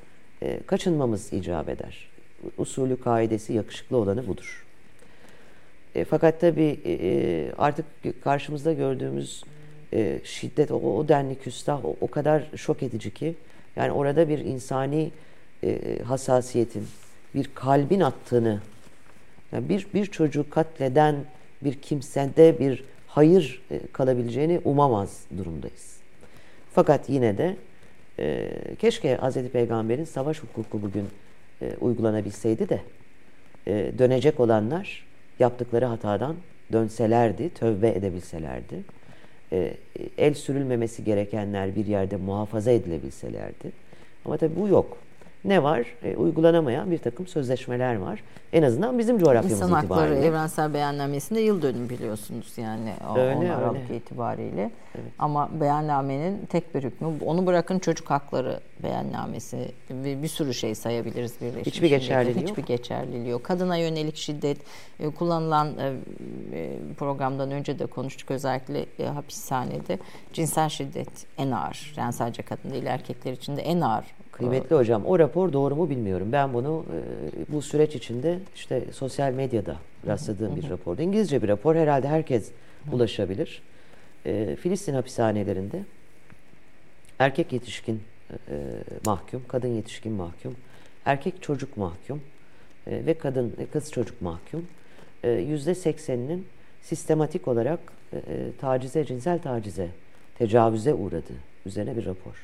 e, kaçınmamız icap eder. Usulü kaidesi yakışıklı olanı budur. E, fakat tabii e, artık karşımızda gördüğümüz e, şiddet, o, o denli küstah, o, o kadar şok edici ki, yani orada bir insani e, hassasiyetin, bir kalbin attığını, yani bir bir çocuğu katleden bir kimsede bir hayır e, kalabileceğini umamaz durumdayız. Fakat yine de e, keşke Hazreti Peygamber'in savaş hukuku bugün e, uygulanabilseydi de e, dönecek olanlar yaptıkları hatadan dönselerdi, tövbe edebilselerdi. E, el sürülmemesi gerekenler bir yerde muhafaza edilebilselerdi. Ama tabii bu yok. Ne var? E, uygulanamayan bir takım sözleşmeler var. En azından bizim coğrafyamız İnsan itibariyle. Hakları Evrensel Beyannamesi'nde yıl dönümü biliyorsunuz yani o, Öyle, on Aralık öyle. itibariyle. Evet. Ama beyannamenin tek bir hükmü, onu bırakın çocuk hakları beyannamesi, bir, bir sürü şey sayabiliriz Birleşmiş Hiçbir geçerliliği Milletler'in. yok. Hiçbir geçerliliği yok. Kadına yönelik şiddet e, kullanılan e, e, programdan önce de konuştuk, özellikle e, hapishanede cinsel şiddet en ağır. Yani sadece kadın değil, erkekler için de en ağır. Kıymetli hocam, o rapor doğru mu bilmiyorum. Ben bunu e, bu süreç içinde işte sosyal medyada rastladığım bir rapordu. İngilizce bir rapor, herhalde herkes ulaşabilir. E, Filistin hapishanelerinde erkek yetişkin e, mahkum, kadın yetişkin mahkum, erkek çocuk mahkum e, ve kadın kız çocuk mahkum. E, yüzde sekseninin sistematik olarak e, tacize, cinsel tacize, tecavüze uğradığı üzerine bir rapor.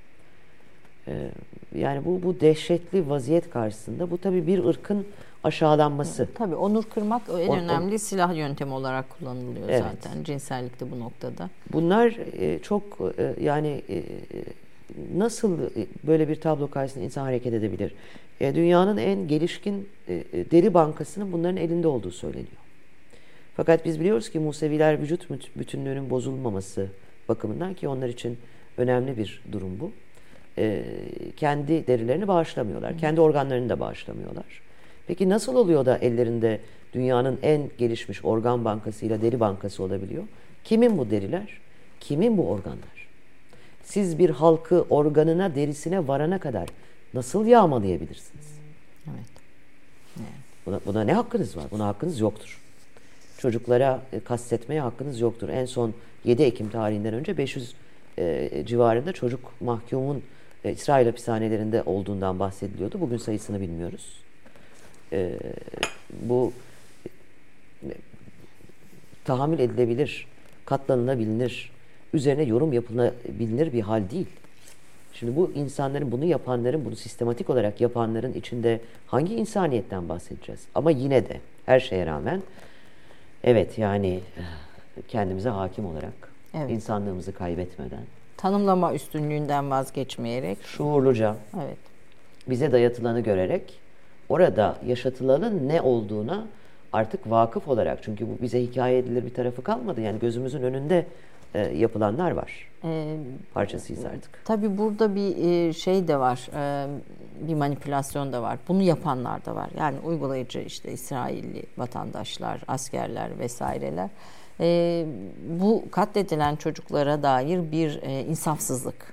Yani bu bu dehşetli vaziyet karşısında bu tabii bir ırkın aşağılanması. Tabii onur kırmak en O- o- önemli silah yöntemi olarak kullanılıyor Evet. zaten. Cinsellik de bu noktada. Bunlar e, çok e, yani e, nasıl e, böyle bir tablo karşısında insan hareket edebilir? E, dünyanın en gelişkin e, e, deri bankasının bunların elinde olduğu söyleniyor. Fakat biz biliyoruz ki Museviler vücut müt- bütünlüğünün bozulmaması bakımından, ki onlar için önemli bir durum bu. E, kendi derilerini bağışlamıyorlar. Kendi organlarını da bağışlamıyorlar. Peki nasıl oluyor da ellerinde dünyanın en gelişmiş organ bankasıyla deri bankası olabiliyor? Kimin bu deriler? Kimin bu organlar? Siz bir halkı organına, derisine varana kadar nasıl yağmalayabilirsiniz? Evet. Buna, buna ne hakkınız var? Buna hakkınız yoktur. Çocuklara e, kastetmeye hakkınız yoktur. En son yedi Ekim tarihinden önce beş yüz e, civarında çocuk mahkumun e, İsrail hapishanelerinde olduğundan bahsediliyordu. Bugün sayısını bilmiyoruz. E, bu e, tahammül edilebilir, katlanılabilir, üzerine yorum yapılabilir bir hal değil. Şimdi bu insanların, bunu yapanların, bunu sistematik olarak yapanların içinde hangi insaniyetten bahsedeceğiz? Ama yine de her şeye rağmen evet, yani kendimize hakim olarak, Evet. insanlığımızı kaybetmeden, Tanımlama üstünlüğünden vazgeçmeyerek. şuurluca Evet. bize dayatılanı görerek orada yaşatılanın ne olduğuna artık vakıf olarak, çünkü bu bize hikaye edilir bir tarafı kalmadı. Yani gözümüzün önünde e, yapılanlar var. Ee, Parçasıyız artık. Tabii burada bir e, şey de var, e, bir manipülasyon da var. Bunu yapanlar da var. Yani uygulayıcı işte İsrailli vatandaşlar, askerler vesaireler. E, bu katledilen çocuklara dair bir e, insafsızlık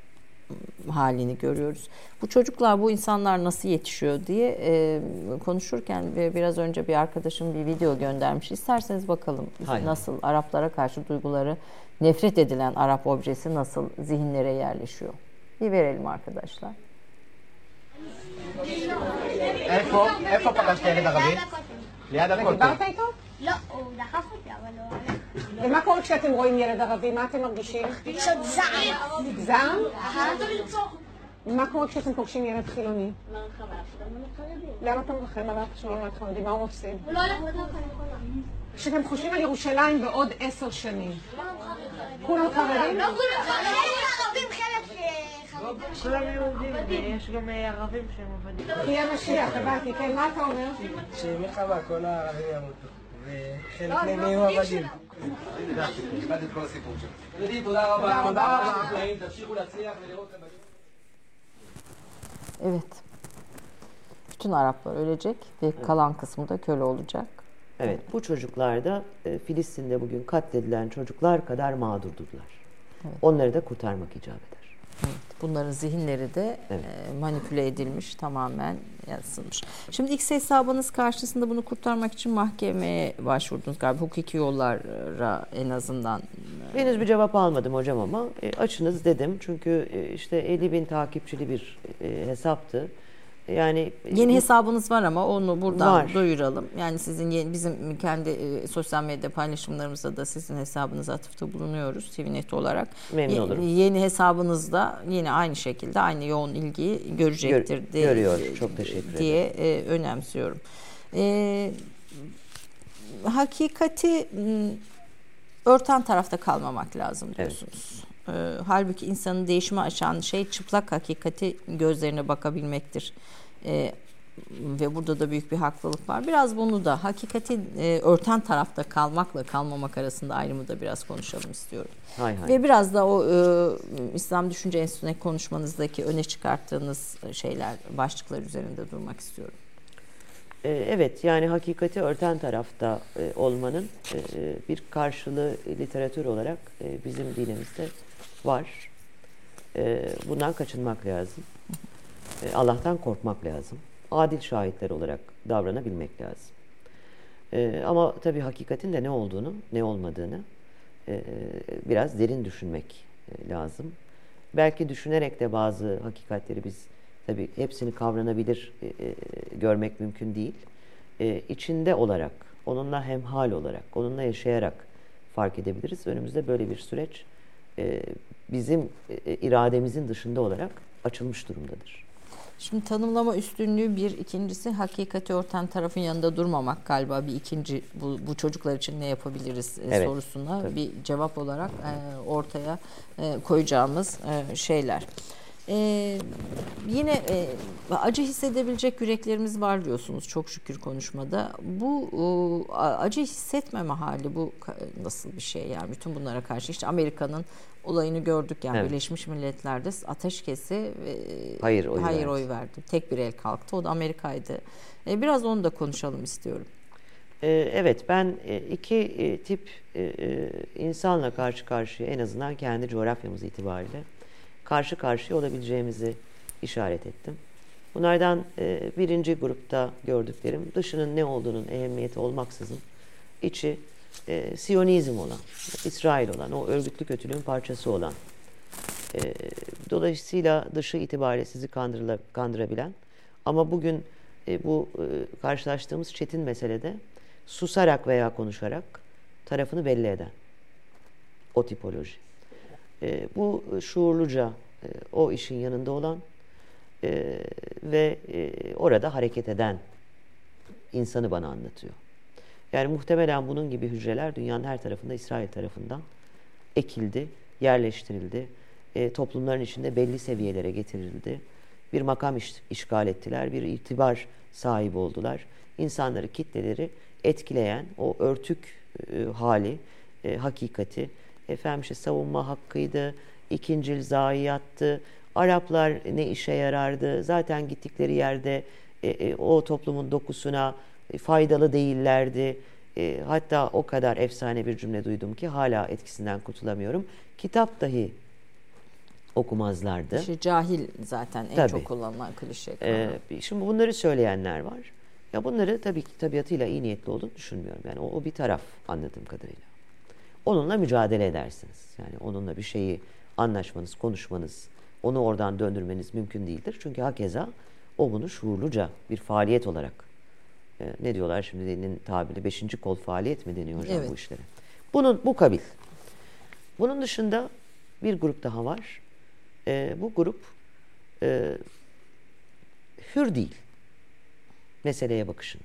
halini görüyoruz. Bu çocuklar, bu insanlar nasıl yetişiyor diye e, konuşurken ve biraz önce bir arkadaşım bir video göndermiş. İsterseniz bakalım Hayır. nasıl Araplara karşı duyguları, nefret edilen Arap objesi nasıl zihinlere yerleşiyor. Bir verelim arkadaşlar. איפה? איפה פגשת ילד ערבי? ליד הכותל. דיברת איתו? לא, הוא דחף אותי, אבל לא הלך. ומה קורה כשאתם רואים ילד ערבי? מה אתם מרגישים? רגשות זעם. זעם? רצו לרצוח. מה קורה כשאתם פוגשים ילד חילוני? מרחב עליו שגם הוא חרדי. למה אתה מרחם עליו שהוא ילד חרדי? מה הוא מפסיד? הוא לא הולך בדרך הנכונה. כשאתם חושבים על ירושלים בעוד עשר שנים, כולם כולם חרדים. חרדים? לא כולם חרדים. ערבים חלק חרדים. כולם יהודים, ויש גם ערבים שהם עבדים. תהיה משיח, הבנתי, כן, מה אתה אומר? שמלחמה כל הערבים ימותו, וחלק מהם יהיו עבדים. קיבלתי את כל הסיפור שלך. תודה רבה. תודה רבה. תמשיכו להצליח ולראות את הבנים. Evet. Bütün Araplar ölecek ve kalan kısmı da köle olacak. Evet, bu çocuklar da e, Filistin'de bugün katledilen çocuklar kadar mağdurdurlar. Evet. Onları da kurtarmak icap eder. Evet. Bunların zihinleri de Evet. e, manipüle edilmiş, tamamen yansıtılmış. Şimdi X hesabınız karşısında bunu kurtarmak için mahkemeye başvurdunuz galiba, hukuki yollara en azından. Henüz bir cevap almadım hocam ama e, açınız dedim. Çünkü e, işte elli bin takipçili bir e, hesaptı. Yani Yeni hesabınız var ama onu buradan Var. duyuralım. Yani sizin yeni, bizim kendi e, sosyal medya paylaşımlarımızda da sizin hesabınıza atıfta bulunuyoruz T V Net olarak. Memnun Ye- olurum. Yeni hesabınızda yine aynı şekilde aynı yoğun ilgiyi görecektir Gör- diye, görüyor. Çok teşekkür diye e, önemsiyorum. E, hakikati m, örten tarafta kalmamak lazım diyorsunuz. E, halbuki insanın değişime açan şey çıplak hakikati gözlerine bakabilmektir. E, ve burada da büyük bir haklılık var. Biraz bunu da hakikati e, örten tarafta kalmakla kalmamak arasında ayrımı da biraz konuşalım istiyorum. hay hay. Ve biraz da o e, İslam Düşünce Enstitüsü'ne konuşmanızdaki öne çıkarttığınız şeyler, başlıklar üzerinde durmak istiyorum. E, evet, yani hakikati örten tarafta e, olmanın e, bir karşılığı literatür olarak e, bizim dinimizde var. E, bundan kaçınmak lazım. E, Allah'tan korkmak lazım. Adil şahitler olarak davranabilmek lazım. E, ama tabii hakikatin de ne olduğunu, ne olmadığını e, biraz derin düşünmek e, lazım. Belki düşünerek de bazı hakikatleri biz tabii hepsini kavranabilir e, e, görmek mümkün değil. E, içinde olarak, onunla hemhal olarak, onunla yaşayarak fark edebiliriz. Önümüzde böyle bir süreç e, bizim e, irademizin dışında olarak açılmış durumdadır. Şimdi tanımlama üstünlüğü bir, ikincisi hakikati örten tarafın yanında durmamak galiba bir ikinci, bu, bu çocuklar için ne yapabiliriz e, Evet, sorusuna tabii. bir cevap olarak e, ortaya e, koyacağımız e, şeyler. E, yine e, acı hissedebilecek yüreklerimiz var diyorsunuz çok şükür konuşmada. Bu e, acı hissetmeme hali bu ka- nasıl bir şey yani bütün bunlara karşı işte Amerika'nın olayını gördük yani Evet. Birleşmiş Milletler'de ateşkesi ve Hayır oyu hayır verdi. oy verdi. Tek bir el kalktı. O da Amerika'ydı. E, biraz onu da konuşalım istiyorum. E, evet, ben e, iki e, tip e, e, insanla karşı karşıya, en azından kendi coğrafyamız itibariyle karşı karşıya olabileceğimizi işaret ettim. Bunlardan e, birinci grupta gördüklerim, dışının ne olduğunun ehemmiyeti olmaksızın içi e, Siyonizm olan, İsrail olan, o örgütlü kötülüğün parçası olan, e, dolayısıyla dışı itibariyle sizi kandırla, kandırabilen ama bugün e, bu e, karşılaştığımız çetin meselede susarak veya konuşarak tarafını belli eden o tipoloji. E, bu şuurluca e, o işin yanında olan e, ve e, orada hareket eden insanı bana anlatıyor. Yani muhtemelen bunun gibi hücreler dünyanın her tarafında İsrail tarafından ekildi, yerleştirildi. E, toplumların içinde belli seviyelere getirildi. Bir makam iş, işgal ettiler, bir itibar sahibi oldular. İnsanları, kitleleri etkileyen o örtük e, hali, e, hakikati, efendim işte savunma hakkıydı, ikincil zayiattı, Araplar ne işe yarardı, zaten gittikleri yerde e, e, o toplumun dokusuna e, faydalı değillerdi. E, hatta o kadar efsane bir cümle duydum ki hala etkisinden kurtulamıyorum. Kitap dahi okumazlardı. İşte cahil zaten en Tabii. çok kullanılan klişe. Ee, şimdi bunları söyleyenler var. Ya bunları tabii ki tabiatıyla iyi niyetli olduğunu düşünmüyorum. Yani o, o bir taraf anladığım kadarıyla. Onunla mücadele edersiniz. Yani onunla bir şeyi anlaşmanız, konuşmanız, onu oradan döndürmeniz mümkün değildir. Çünkü hakeza o bunu şuurluca bir faaliyet olarak e, ne diyorlar şimdi dinin tabiri beşinci kol faaliyet mi deniyor hocam Evet. bu işlere? Bunun bu kabil. Bunun dışında bir grup daha var. E, bu grup e, hür değil meseleye bakışında.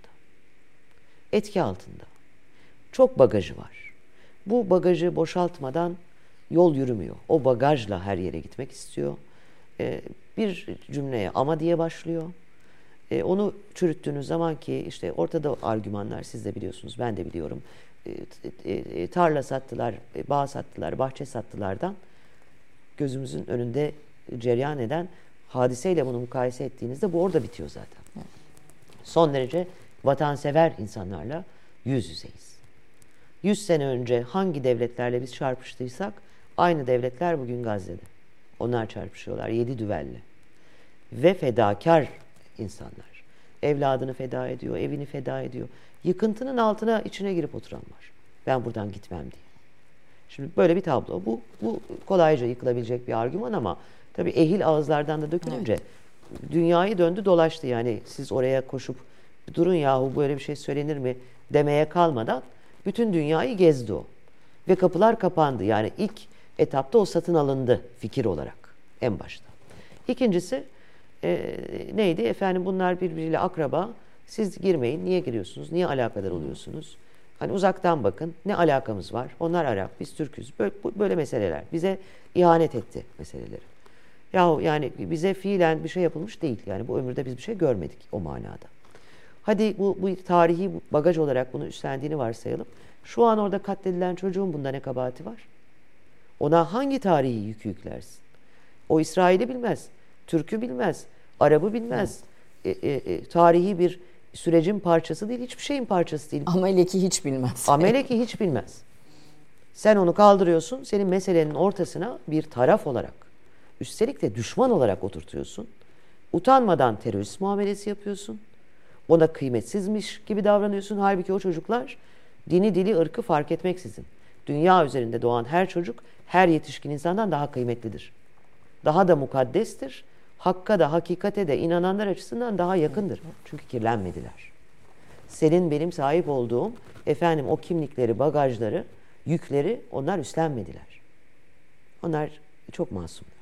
Etki altında. Çok bagajı var. Bu bagajı boşaltmadan yol yürümüyor. O bagajla her yere gitmek istiyor. Ee, bir cümleye ama diye başlıyor. Ee, onu çürüttüğünüz zaman ki işte ortada argümanlar siz de biliyorsunuz, ben de biliyorum. Ee, e, e, tarla sattılar, e, bağ sattılar, bahçe sattılardan gözümüzün önünde cereyan eden hadiseyle bunu mukayese ettiğinizde bu orada bitiyor zaten. Evet. Son derece vatansever insanlarla yüz yüzeyiz. Yüz sene önce hangi devletlerle biz çarpıştıysak aynı devletler bugün Gazze'de. Onlar çarpışıyorlar yedi düvelle. Ve fedakar insanlar. Evladını feda ediyor, evini feda ediyor. Yıkıntının altına içine girip oturan var. Ben buradan gitmem diye. Şimdi böyle bir tablo. Bu, bu kolayca yıkılabilecek bir argüman ama tabii ehil ağızlardan da dökülünce evet. Dünyayı döndü dolaştı. Yani siz oraya koşup durun yahu böyle bir şey söylenir mi demeye kalmadan bütün dünyayı gezdi o. Ve kapılar kapandı. Yani ilk etapta o satın alındı fikir olarak en başta. İkincisi e, neydi? Efendim bunlar birbiriyle akraba. Siz girmeyin. Niye giriyorsunuz? Niye alakadar oluyorsunuz? Hani uzaktan bakın. Ne alakamız var? Onlar Arap, biz Türk'üz. Böyle, böyle meseleler. Bize ihanet etti meseleleri. Yahu yani bize fiilen bir şey yapılmış değil. Yani bu ömürde biz bir şey görmedik o manada. Hadi bu, bu tarihi bagaj olarak bunu üstlendiğini varsayalım. Şu an orada katledilen çocuğun bunda ne kabahati var? Ona hangi tarihi yükü yüklersin? O İsrail'i bilmez, Türk'ü bilmez, Arap'ı bilmez. E, e, e, tarihi bir sürecin parçası değil, hiçbir şeyin parçası değil. Amelek'i hiç bilmez. Amelek'i hiç bilmez. Sen onu kaldırıyorsun, senin meselenin ortasına bir taraf olarak, üstelik de düşman olarak oturtuyorsun. Utanmadan terörist muamelesi yapıyorsun. Ona kıymetsizmiş gibi davranıyorsun. Halbuki o çocuklar dini, dili, ırkı fark etmeksizin. Dünya üzerinde doğan her çocuk her yetişkin insandan daha kıymetlidir. Daha da mukaddestir. Hakka da hakikate de inananlar açısından daha yakındır. Çünkü kirlenmediler. Senin benim sahip olduğum efendim o kimlikleri, bagajları, yükleri onlar üstlenmediler. Onlar çok masumlar.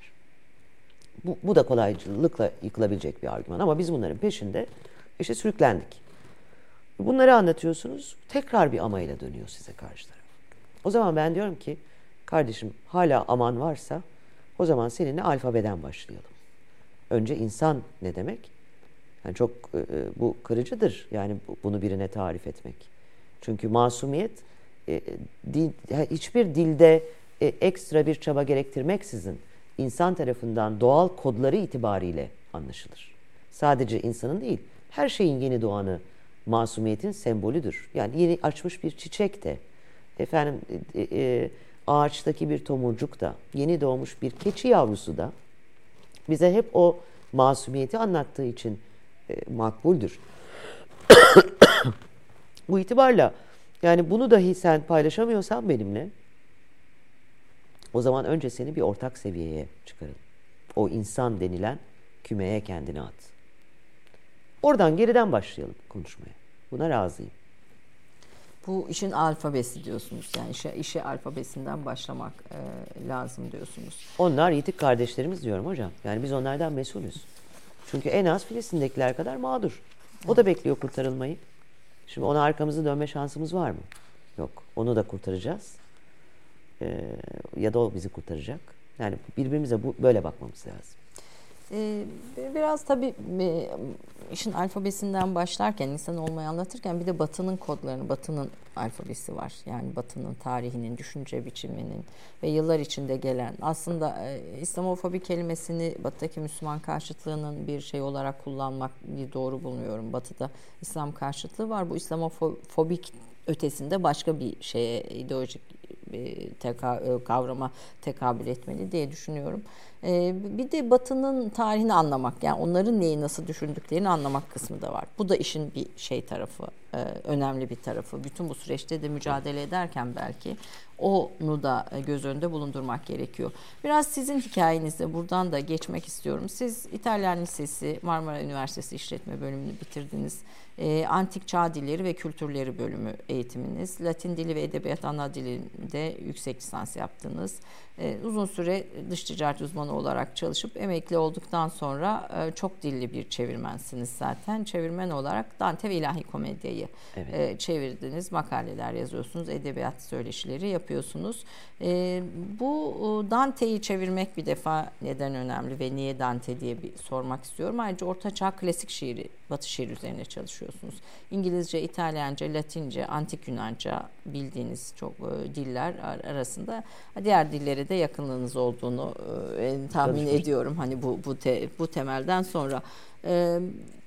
Bu, bu da kolaylıkla yıkılabilecek bir argüman ama biz bunların peşinde işte sürüklendik. Bunları anlatıyorsunuz, tekrar bir amayla dönüyor size karşı taraf. O zaman ben diyorum ki, kardeşim hala aman varsa, o zaman seninle alfabeden başlayalım. Önce insan ne demek? Yani çok e, bu kırıcıdır, yani bunu birine tarif etmek. Çünkü masumiyet, e, dil, hiçbir dilde e, ekstra bir çaba gerektirmeksizin, insan tarafından doğal kodları itibariyle anlaşılır. Sadece insanın değil, her şeyin yeni doğanı masumiyetin sembolüdür. Yani yeni açmış bir çiçek de, efendim e, e, ağaçtaki bir tomurcuk da, yeni doğmuş bir keçi yavrusu da bize hep o masumiyeti anlattığı için e, makbuldür. Bu itibarla yani bunu dahi sen paylaşamıyorsan benimle, o zaman önce seni bir ortak seviyeye çıkarın. O insan denilen kümeye kendini at. Oradan geriden başlayalım konuşmaya. Buna razıyım. Bu işin alfabesi diyorsunuz. Yani işe, işe alfabesinden başlamak e, lazım diyorsunuz. Onlar yitik kardeşlerimiz diyorum hocam. Yani biz onlardan mesulüz. Çünkü en az Filistin'dekiler kadar mağdur. O da bekliyor kurtarılmayı. Şimdi ona arkamızı dönme şansımız var mı? Yok. Onu da kurtaracağız. Ee, ya da o bizi kurtaracak. Yani birbirimize bu, böyle bakmamız lazım. Ee, biraz tabii e, işin alfabesinden başlarken, insan olmayı anlatırken bir de Batı'nın kodlarını, Batı'nın alfabesi var. Yani Batı'nın tarihinin, düşünce biçiminin ve yıllar içinde gelen, aslında e, İslamofobi kelimesini Batı'daki Müslüman karşıtlığının bir şey olarak kullanmak doğru bulmuyorum. Batı'da İslam karşıtlığı var. Bu İslamofobik ötesinde başka bir şeye, ideolojik teka, kavrama tekabül etmeli diye düşünüyorum. Ee, bir de Batı'nın tarihini anlamak, yani onların neyi nasıl düşündüklerini anlamak kısmı da var. Bu da işin bir şey tarafı, e, önemli bir tarafı. Bütün bu süreçte de mücadele ederken belki onu da göz önünde bulundurmak gerekiyor. Biraz sizin hikayenizde buradan da geçmek istiyorum. Siz İtalyan Lisesi, Marmara Üniversitesi İşletme Bölümünü bitirdiniz. E, Antik Çağ Dilleri ve Kültürleri bölümü eğitiminiz. Latin Dili ve Edebiyat Ana Dili'nde yüksek lisans yaptınız. E, uzun süre dış ticaret uzmanı olarak çalışıp emekli olduktan sonra e, çok dilli bir çevirmensiniz zaten. Çevirmen olarak Dante ve İlahi Komedya'yı evet. e, çevirdiniz. Makaleler yazıyorsunuz, edebiyat söyleşileri yapıyorsunuz. E, bu Dante'yi çevirmek bir defa neden önemli ve niye Dante diye bir sormak istiyorum. Ayrıca Ortaçağ klasik şiiri, Batı şiiri üzerine çalışıyorsunuz. İngilizce, İtalyanca, Latince, Antik Yunanca bildiğiniz çok e, diller arasında diğer dillere de yakınlığınız olduğunu e, tahmin ediyorum. Hani bu bu te, bu temelden sonra e,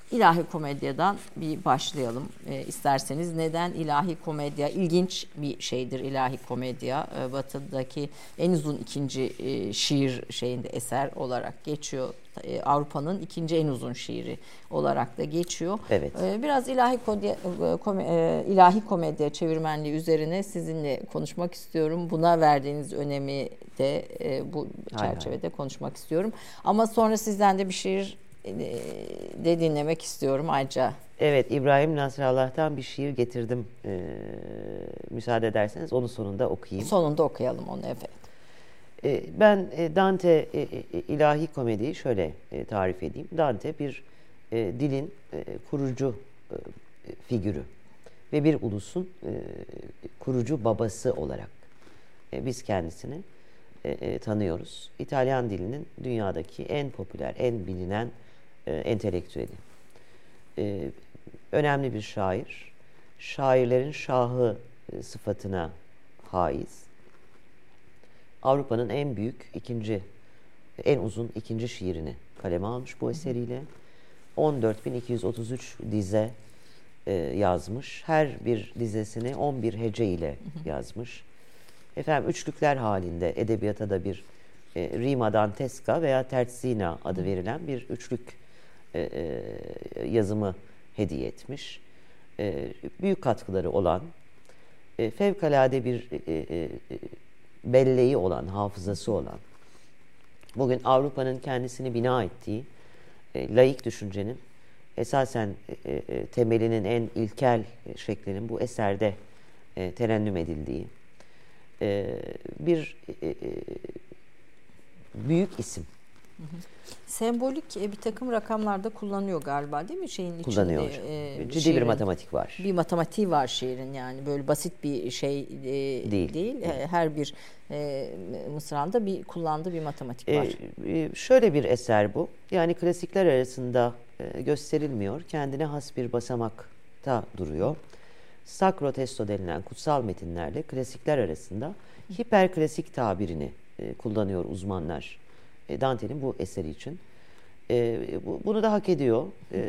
İlahi komedyadan bir başlayalım e, isterseniz. Neden ilahi komedya? İlginç bir şeydir ilahi komedya. E, Batı'daki en uzun ikinci e, şiir şeyinde eser olarak geçiyor. E, Avrupa'nın ikinci en uzun şiiri olarak da geçiyor. Evet. E, biraz ilahi komedya, e, ilahi komedya çevirmenliği üzerine sizinle konuşmak istiyorum. Buna verdiğiniz önemi de e, bu çerçevede hay hay. konuşmak istiyorum. Ama sonra sizden de bir şiir de dinlemek istiyorum ayrıca. Evet, İbrahim Nasrallah'tan bir şiir getirdim. Ee, müsaade ederseniz onu sonunda okuyayım. Sonunda okuyalım onu, evet. Ee, ben e, Dante e, e, ilahi komediyi şöyle e, tarif edeyim. Dante bir e, dilin e, kurucu e, figürü ve bir ulusun e, kurucu babası olarak e, biz kendisini e, e, tanıyoruz. İtalyan dilinin dünyadaki en popüler, en bilinen e, entelektüeli. E, önemli bir şair. Şairlerin şahı e, sıfatına haiz. Avrupa'nın en büyük ikinci, en uzun ikinci şiirini kaleme almış bu eseriyle. on dört bin iki yüz otuz üç dize e, yazmış. Her bir dizesini on bir hece ile yazmış. Efendim üçlükler halinde edebiyata da bir e, rima dantesca veya terzina adı verilen bir üçlük e, e, yazımı hediye etmiş. E, büyük katkıları olan, e, fevkalade bir e, e, belleği olan, hafızası olan, bugün Avrupa'nın kendisini bina ettiği e, laik düşüncenin esasen e, e, temelinin en ilkel şeklinin bu eserde e, terennüm edildiği e, bir e, e, büyük isim. Hı hı. Sembolik bir takım rakamlarda kullanıyor galiba, değil mi şeyin içinde? Kullanıyor. E, Ciddi şiirin, bir matematik var. Bir matematiği var şiirin, yani böyle basit bir şey e, değil. değil. Her bir e, mısranda bir kullandığı bir matematik var. E, şöyle bir eser bu. Yani klasikler arasında e, gösterilmiyor. Kendine has bir basamakta duruyor. Sacro testo denilen kutsal metinlerle klasikler arasında hiperklasik tabirini e, kullanıyor uzmanlar. Dante'nin bu eseri için. E, bu, bunu da hak ediyor. E,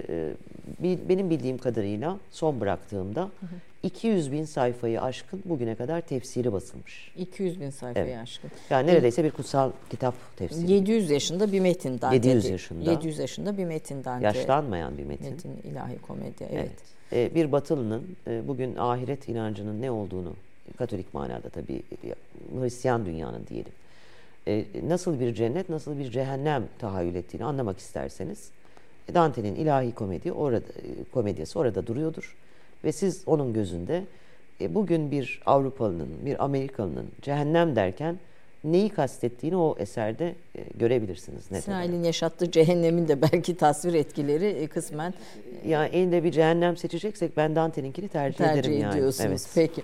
e, benim bildiğim kadarıyla son bıraktığımda hı hı. iki yüz bin sayfayı aşkın bugüne kadar tefsiri basılmış. iki yüz bin sayfayı evet. aşkın. Yani neredeyse bir kutsal kitap tefsiri. yedi yüz yaşında bir metin Dante. yedi yüz yaşında. yedi yüz yaşında bir metin Dante. Yaşlanmayan bir metin. Metin ilahi komedya, evet. evet. E, bir Batılı'nın e, bugün ahiret inancının ne olduğunu, Katolik manada tabii, Hristiyan dünyanın diyelim, E, nasıl bir cennet, nasıl bir cehennem tahayyül ettiğini anlamak isterseniz Dante'nin ilahi komedi orada, komedyası orada duruyordur. Ve siz onun gözünde e, bugün bir Avrupalı'nın, bir Amerikalı'nın cehennem derken neyi kastettiğini o eserde e, görebilirsiniz. İsrail'in yaşattığı cehennemin de belki tasvir etkileri e, kısmen. E, yani elinde bir cehennem seçeceksek ben Dante'ninkini tercih, tercih ederim yani. ediyorsunuz. Evet. Peki.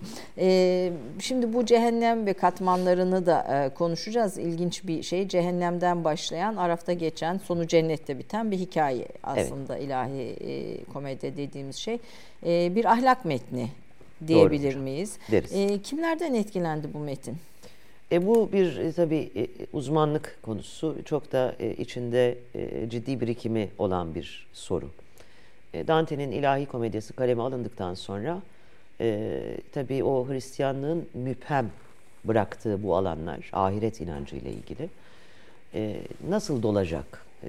E, şimdi bu cehennem ve katmanlarını da e, konuşacağız. İlginç bir şey. Cehennemden başlayan, Araf'ta geçen, sonu cennette biten bir hikaye aslında, evet. ilahi e, komedya dediğimiz şey. E, bir ahlak metni diyebilir Doğru. miyiz? Deriz. E, kimlerden etkilendi bu metin? E bu bir e, tabii e, uzmanlık konusu, çok da e, içinde e, ciddi birikimi olan bir soru. E, Dante'nin ilahi komedyası kaleme alındıktan sonra e, tabii o Hristiyanlığın müphem bıraktığı bu alanlar, ahiret inancı ile ilgili e, nasıl dolacak? E,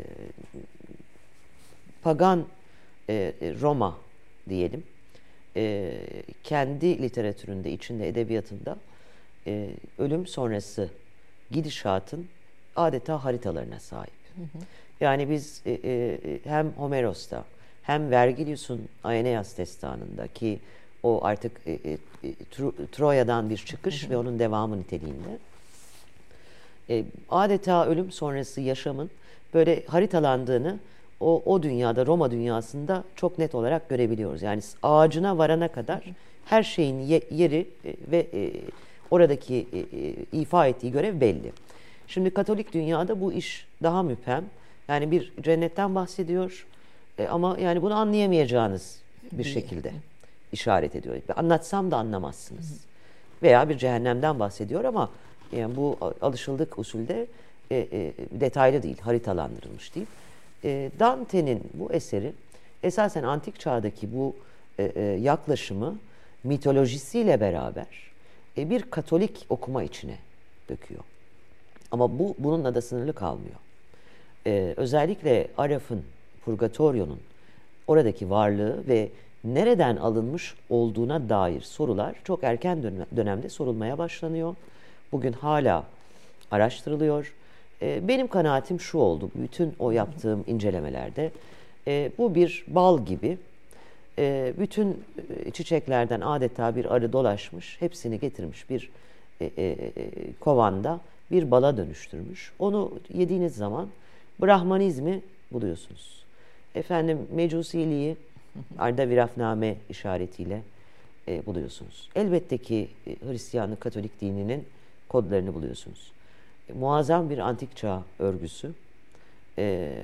pagan e, Roma diyelim, e, kendi literatüründe, içinde, edebiyatında Ee, ölüm sonrası gidişatın adeta haritalarına sahip. Hı hı. Yani biz e, e, hem Homeros'ta hem Vergilius'un Aeneas destanındaki o artık e, e, Tro- Troya'dan bir çıkış hı hı. ve onun devamı niteliğinde e, adeta ölüm sonrası yaşamın böyle haritalandığını o, o dünyada, Roma dünyasında çok net olarak görebiliyoruz. Yani ağacına varana kadar hı hı. her şeyin ye- yeri e, ve e, oradaki e, e, ifa ettiği görev belli. Şimdi Katolik dünyada bu iş daha müphem. Yani bir cennetten bahsediyor e, ama yani bunu anlayamayacağınız bir şekilde işaret ediyor. Anlatsam da anlamazsınız. Veya bir cehennemden bahsediyor ama yani bu alışıldık usulde e, e, detaylı değil, haritalandırılmış değil. E, Dante'nin bu eseri esasen antik çağdaki bu e, e, yaklaşımı mitolojisiyle beraber e, bir Katolik okuma içine döküyor. Ama bu bununla da sınırlı kalmıyor. E, özellikle Araf'ın, Purgatoryonun oradaki varlığı ve nereden alınmış olduğuna dair sorular çok erken dönemde sorulmaya başlanıyor. Bugün hala araştırılıyor. E, benim kanaatim şu oldu, bütün o yaptığım incelemelerde. E, bu bir bal gibi. E, bütün çiçeklerden adeta bir arı dolaşmış, hepsini getirmiş bir e, e, kovanda bir bala dönüştürmüş. Onu yediğiniz zaman Brahmanizmi buluyorsunuz. Efendim Mecusiliği Ardavirafname işaretiyle e, buluyorsunuz. Elbette ki e, Hristiyanlık, Katolik dininin kodlarını buluyorsunuz. E, muazzam bir antik çağ örgüsü. E,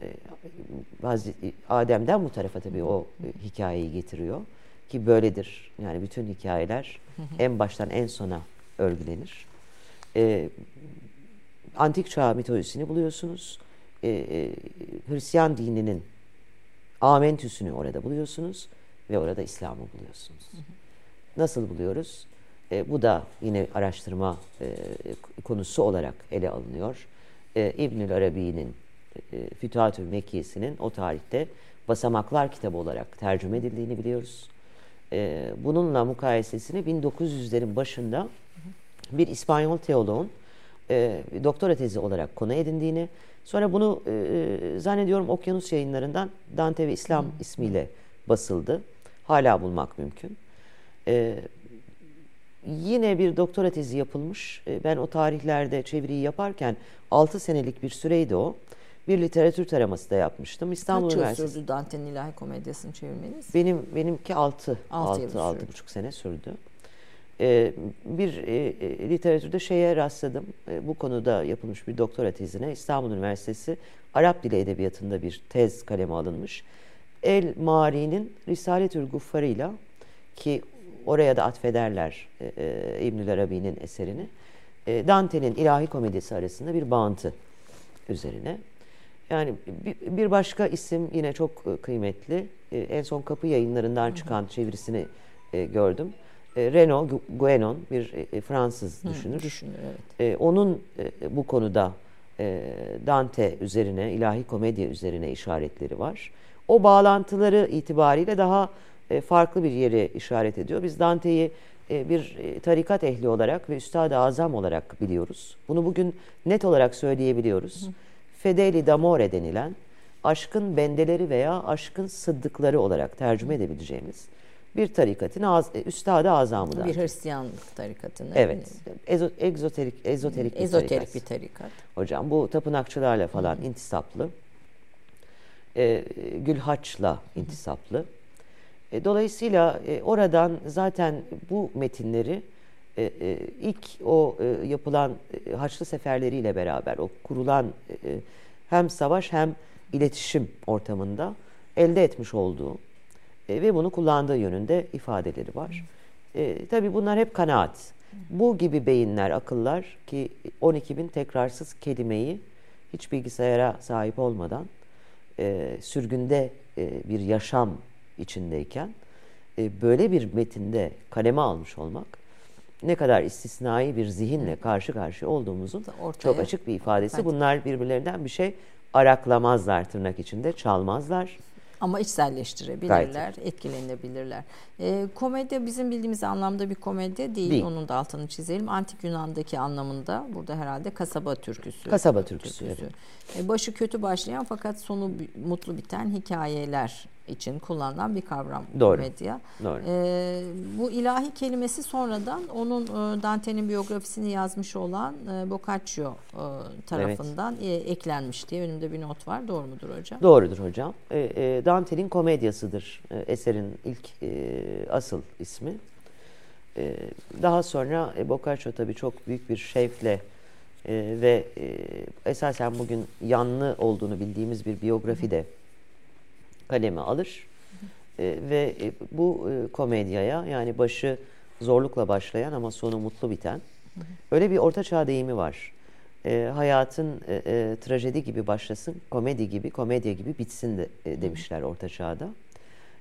Adem'den bu tarafa tabii o e, hikayeyi getiriyor. Ki böyledir. Yani bütün hikayeler en baştan en sona örgülenir. E, antik çağ mitolojisini buluyorsunuz. E, e, Hristiyan dininin Amentüsünü orada buluyorsunuz ve orada İslam'ı buluyorsunuz. Hı hı. Nasıl buluyoruz? E, bu da yine araştırma e, konusu olarak ele alınıyor. E, İbnül Arabi'nin e, Fütuhatül Mekkiyesi'nin o tarihte Basamaklar kitabı olarak tercüme edildiğini biliyoruz. E, bununla mukayesesini bin dokuz yüzlerin başında hı hı. bir İspanyol teoloğun e, doktora tezi olarak konu edindiğini, sonra bunu e, zannediyorum Okyanus Yayınları'ndan Dante ve İslam hmm. ismiyle basıldı. Hala bulmak mümkün. E, yine bir doktora tezi yapılmış. E, ben o tarihlerde çeviriyi yaparken altı senelik bir süreydi o. Bir literatür taraması da yapmıştım. İstanbul Kaç yıl Üniversitesi. sürdü Dante'nin İlahi Komedyası'nı çevirmeniz? Benim benimki altı, altı, altı buçuk sene sürdü. Ee, bir e, literatürde şeye rastladım. E, bu konuda yapılmış bir doktora tezine İstanbul Üniversitesi Arap Dili Edebiyatı'nda bir tez kaleme alınmış. El Mari'nin Risaletül Guffarı'yla, ki oraya da atfederler e, e, İbnül Arabi'nin eserini, e, Dante'nin İlahi Komedyası arasında bir bağıntı üzerine. Yani bir, bir başka isim yine çok kıymetli. E, en son Kapı Yayınları'ndan çıkan çevirisini e, gördüm. Renaud Guénon, bir Fransız düşünür. Hı, düşünür evet. Onun bu konuda Dante üzerine, ilahi komedya üzerine işaretleri var. O bağlantıları itibariyle daha farklı bir yere işaret ediyor. Biz Dante'yi bir tarikat ehli olarak ve Üstad-ı Azam olarak biliyoruz. Bunu bugün net olarak söyleyebiliyoruz. Hı. Fedeli d'amore denilen, aşkın bendeleri veya aşkın sıddıkları olarak tercüme edebileceğimiz bir tarikatın az, Üstad-ı Azam'ı da. Bir Hristiyanlık tarikatının. Evet. Ezo, egzoterik, ezoterik bir ezoterik tarikat. bir tarikat. Hocam bu tapınakçılarla falan Hı-hı. intisaplı. E, Gülhaç'la intisaplı. E, dolayısıyla e, oradan zaten bu metinleri e, e, ilk o e, yapılan e, Haçlı seferleriyle beraber o kurulan e, hem savaş hem iletişim ortamında elde etmiş olduğu E, ve bunu kullandığı yönünde ifadeleri var. E, tabii bunlar hep kanaat. Bu gibi beyinler, akıllar ki on iki bin tekrarsız kelimeyi hiç bilgisayara sahip olmadan e, sürgünde e, bir yaşam içindeyken e, böyle bir metinde kaleme almış olmak ne kadar istisnai bir zihinle karşı karşıya olduğumuzun ortaya çok açık bir ifadesi. Evet. Bunlar birbirlerinden bir şey araklamazlar, tırnak içinde çalmazlar. Ama içselleştirebilirler, etkilenebilirler. E, komedya bizim bildiğimiz anlamda bir komedya değil. değil. Onun da altını çizelim. Antik Yunan'daki anlamında burada herhalde kasaba türküsü. Kasaba türküsü. türküsü. Evet. E, başı kötü başlayan fakat sonu mutlu biten hikayeler için kullanılan bir kavram Doğru. komedya. Doğru. E, bu ilahi kelimesi sonradan onun e, Dante'nin biyografisini yazmış olan e, Boccaccio e, tarafından evet. e, eklenmiş diye önümde bir not var. Doğru mudur hocam? Doğrudur hocam. E, e, Dante'nin Komedyası'dır e, eserin ilk e, asıl ismi. E, daha sonra e, Boccaccio tabii çok büyük bir şevkle e, ve e, esasen bugün yanlı olduğunu bildiğimiz bir biyografi de kaleme alır. E, ve e, bu e, komedyaya, yani başı zorlukla başlayan ama sonu mutlu biten, hı hı. öyle bir ortaçağ deyimi var. E, hayatın e, e, trajedi gibi başlasın, komedi gibi, komedya gibi bitsin de, e, demişler ortaçağda.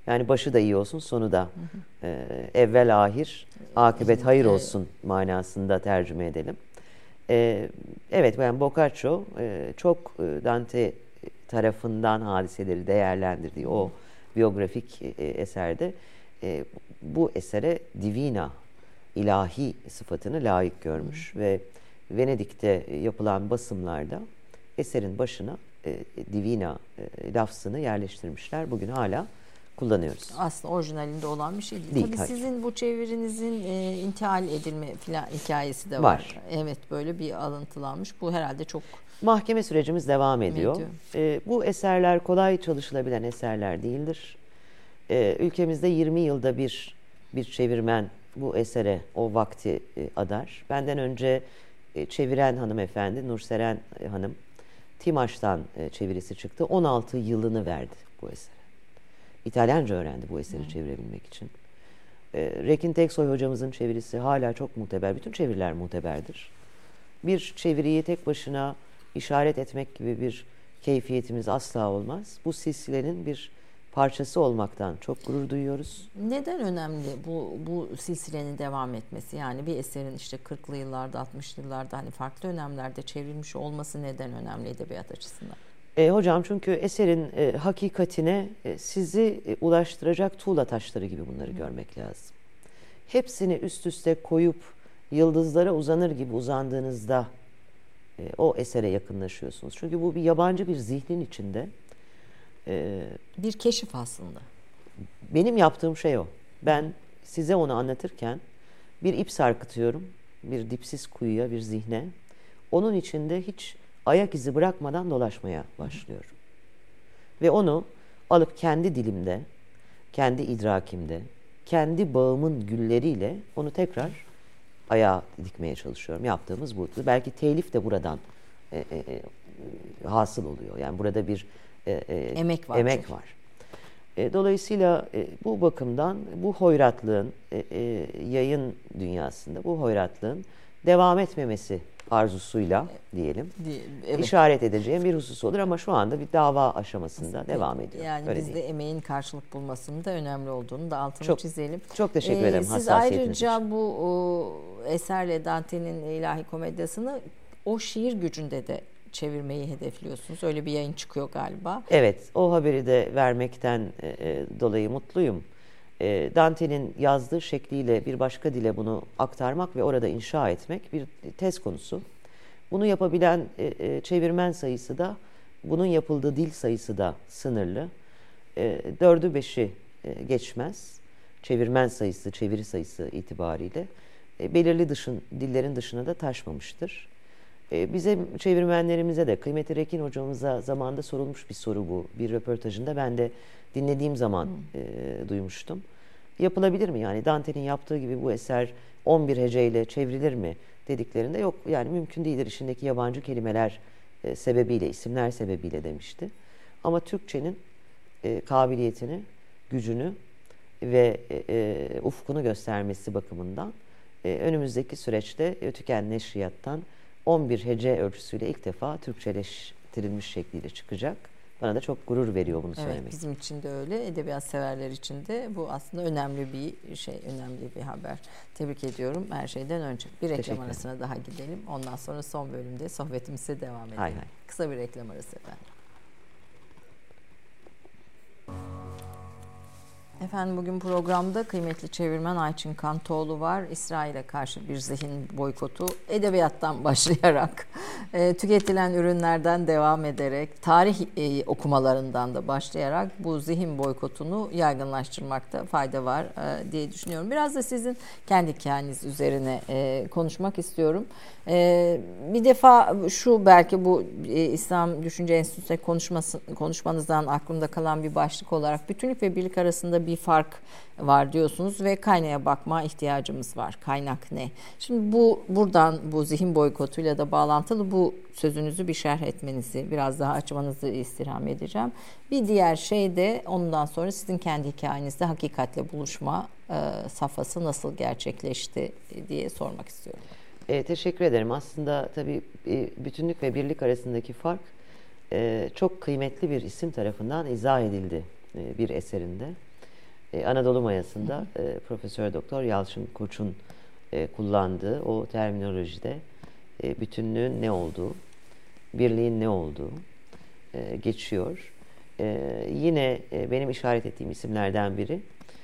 Yani başı da iyi olsun, sonu da e, evvel ahir, akıbet hayır olsun manasında tercüme edelim. E, evet, yani Boccaccio e, çok e, Dante tarafından hadiseleri değerlendirdiği o biyografik e, eserde e, bu esere divina, ilahi sıfatını layık görmüş ve Venedik'te yapılan basımlarda eserin başına e, divina e, lafzını yerleştirmişler. Bugün hala kullanıyoruz. Aslında orijinalinde olan bir şey değil. Değil, Tabii hayır. sizin bu çevirinizin e, intihal edilme filan hikayesi de var. Var. Evet, böyle bir alıntılanmış. Bu herhalde çok Mahkeme sürecimiz devam ediyor. ediyor. E, bu eserler kolay çalışılabilen eserler değildir. E, ülkemizde yirmi yılda bir bir çevirmen bu esere o vakti e, adar. Benden önce e, çeviren hanımefendi Nurseren e, Hanım Timaş'tan e, çevirisi çıktı. on altı yılını verdi bu esere. İtalyanca öğrendi bu eseri hmm. çevirebilmek için. E, Rekin Teksoy hocamızın çevirisi hala çok muteber. Bütün çeviriler muteberdir. Bir çeviriyi tek başına işaret etmek gibi bir keyfiyetimiz asla olmaz. Bu silsilenin bir parçası olmaktan çok gurur duyuyoruz. Neden önemli bu bu silsilenin devam etmesi? Yani bir eserin işte kırklı yıllarda, altmışlı yıllarda hani farklı dönemlerde çevrilmiş olması neden önemli edebiyat açısından? E, hocam çünkü eserin e, hakikatine e, sizi e, ulaştıracak tuğla taşları gibi bunları hmm. görmek lazım. Hepsini üst üste koyup yıldızlara uzanır gibi uzandığınızda e, o esere yakınlaşıyorsunuz. Çünkü bu bir yabancı bir zihnin içinde. E, bir keşif aslında. Benim yaptığım şey o. Ben size onu anlatırken bir ip sarkıtıyorum. Bir dipsiz kuyuya, bir zihne. Onun içinde hiç ayak izi bırakmadan dolaşmaya başlıyorum. Ve onu alıp kendi dilimde, kendi idrakimde, kendi bağımın gülleriyle onu tekrar ayağa dikmeye çalışıyorum. Yaptığımız bu. Belki telif de buradan e, e, e, hasıl oluyor. Yani burada bir e, e, emek var. Emek var. E, dolayısıyla e, bu bakımdan bu hoyratlığın e, e, yayın dünyasında bu hoyratlığın devam etmemesi arzusuyla diyelim evet. işaret edeceğim bir husus olur ama şu anda bir dava aşamasında Aslında devam ediyor. Yani Öyle bizde değil. emeğin karşılık bulmasının da önemli olduğunu da altını çok, çizelim. Çok teşekkür ee, ederim siz hassasiyetiniz için. Siz ayrıca bu o, eserle Dante'nin ilahi komedyasını o şiir gücünde de çevirmeyi hedefliyorsunuz. Öyle bir yayın çıkıyor galiba. Evet, o haberi de vermekten e, dolayı mutluyum. E, Dante'nin yazdığı şekliyle bir başka dile bunu aktarmak ve orada inşa etmek bir tez konusu. Bunu yapabilen e, e, çevirmen sayısı da, bunun yapıldığı dil sayısı da sınırlı. E, dördü beşi e, geçmez. Çevirmen sayısı, çeviri sayısı itibariyle e, belirli dışın, dillerin dışına da taşmamıştır. E, bize, çevirmenlerimize de, kıymetli Rekin hocamıza zamanında sorulmuş bir soru bu. Bir röportajında ben de dinlediğim zaman e, duymuştum. Yapılabilir mi? Yani Dante'nin yaptığı gibi bu eser on bir heceyle çevrilir mi dediklerinde yok yani mümkün değildir içindeki yabancı kelimeler e, sebebiyle, isimler sebebiyle demişti. Ama Türkçenin e, kabiliyetini, gücünü ve e, e, ufkunu göstermesi bakımından e, önümüzdeki süreçte Ötüken Neşriyat'tan on bir hece ölçüsüyle ilk defa Türkçeleştirilmiş şekliyle çıkacak. Bana da çok gurur veriyor bunu söylemek. Evet, bizim için de öyle. Edebiyat severler için de bu aslında önemli bir şey, önemli bir haber. Tebrik ediyorum her şeyden önce. Bir reklam arasına daha gidelim. Ondan sonra son bölümde sohbetimize devam edelim. Hay hay. Kısa bir reklam arası efendim. Efendim bugün programda kıymetli çevirmen Ayçin Kantoğlu var. İsrail'e karşı bir zihin boykotu edebiyattan başlayarak, e, tüketilen ürünlerden devam ederek, tarih e, okumalarından da başlayarak bu zihin boykotunu yaygınlaştırmakta fayda var e, diye düşünüyorum. Biraz da sizin kendi hikayeniz üzerine e, konuşmak istiyorum. E, bir defa şu belki bu e, İslam Düşünce Enstitüsü'nde konuşması, konuşmanızdan aklımda kalan bir başlık olarak bütünlük ve birlik arasında bir fark var diyorsunuz ve kaynaya bakma ihtiyacımız var. Kaynak ne? Şimdi bu buradan bu zihin boykotuyla da bağlantılı bu sözünüzü bir şerh etmenizi, biraz daha açmanızı istirham edeceğim. Bir diğer şey de ondan sonra sizin kendi hikayenizde hakikatle buluşma e, safhası nasıl gerçekleşti diye sormak istiyorum. E, teşekkür ederim. Aslında tabii e, bütünlük ve birlik arasındaki fark e, çok kıymetli bir isim tarafından izah edildi e, bir eserinde. E, Anadolu mayasında e, Profesör Doktor Yalçın Koç'un e, kullandığı o terminolojide e, bütünlüğün ne olduğu, birliğin ne olduğu e, geçiyor. E, yine e, benim işaret ettiğim isimlerden biri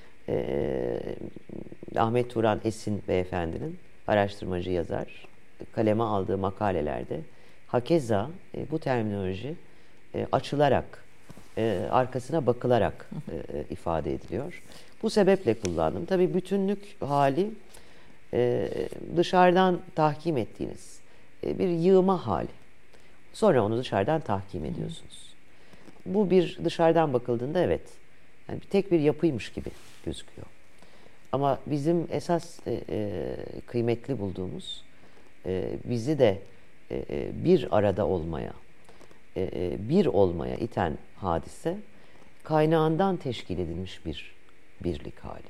e, Ahmet Turan Esin Beyefendinin, araştırmacı yazar, kaleme aldığı makalelerde hakeza e, bu terminoloji e, açılarak, e, arkasına bakılarak e, e, ifade ediliyor. Bu sebeple kullandım. Tabii bütünlük hali e, dışarıdan tahkim ettiğiniz e, bir yığma hali. Sonra onu dışarıdan tahkim ediyorsunuz. Bu bir dışarıdan bakıldığında evet, yani tek bir yapıymış gibi gözüküyor. Ama bizim esas e, e, kıymetli bulduğumuz, e, bizi de e, e, bir arada olmaya, e, e, bir olmaya iten hadise, kaynağından teşkil edilmiş bir birlik hali.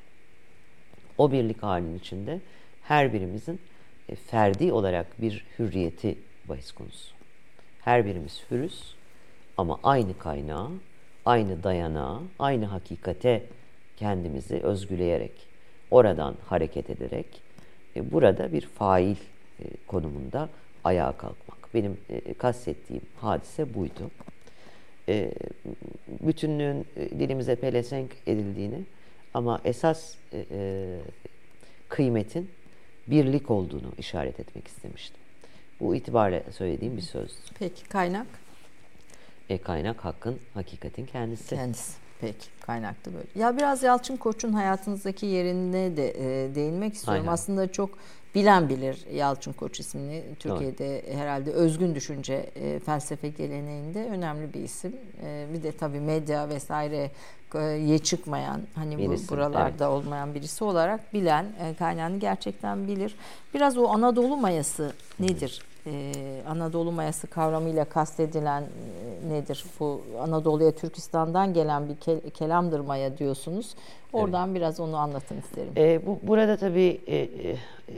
O birlik halinin içinde her birimizin e, ferdi olarak bir hürriyeti bahis konusu. Her birimiz hürüz ama aynı kaynağa, aynı dayanağa, aynı hakikate kendimizi özgüleyerek, oradan hareket ederek e, burada bir fail e, konumunda ayağa kalkmak. Benim e, kastettiğim hadise buydu. E, bütünlüğün e, dilimize pelesenk edildiğini ama esas e, e, kıymetin birlik olduğunu işaret etmek istemiştim. Bu itibarla söylediğim bir söz. Peki kaynak? E, kaynak hakkın, hakikatin kendisi. Kendisi. Peki kaynaklı böyle. Ya biraz Yalçın Koç'un hayatınızdaki yerine de e, değinmek istiyorum. Aynen. Aslında çok bilen bilir Yalçın Koç ismini. Türkiye'de Doğru. herhalde özgün düşünce e, felsefe geleneğinde önemli bir isim. E, bir de tabii medya vesaire ye çıkmayan, hani birisi, bu buralarda evet. olmayan birisi olarak bilen, e, kaynağını gerçekten bilir. Biraz o Anadolu mayası nedir? Ee, Anadolu mayası kavramıyla kastedilen e, nedir? Bu Anadolu'ya Türkistan'dan gelen bir ke- kelamdır maya diyorsunuz. Oradan evet. biraz onu anlatın isterim. E, bu burada tabii e, e,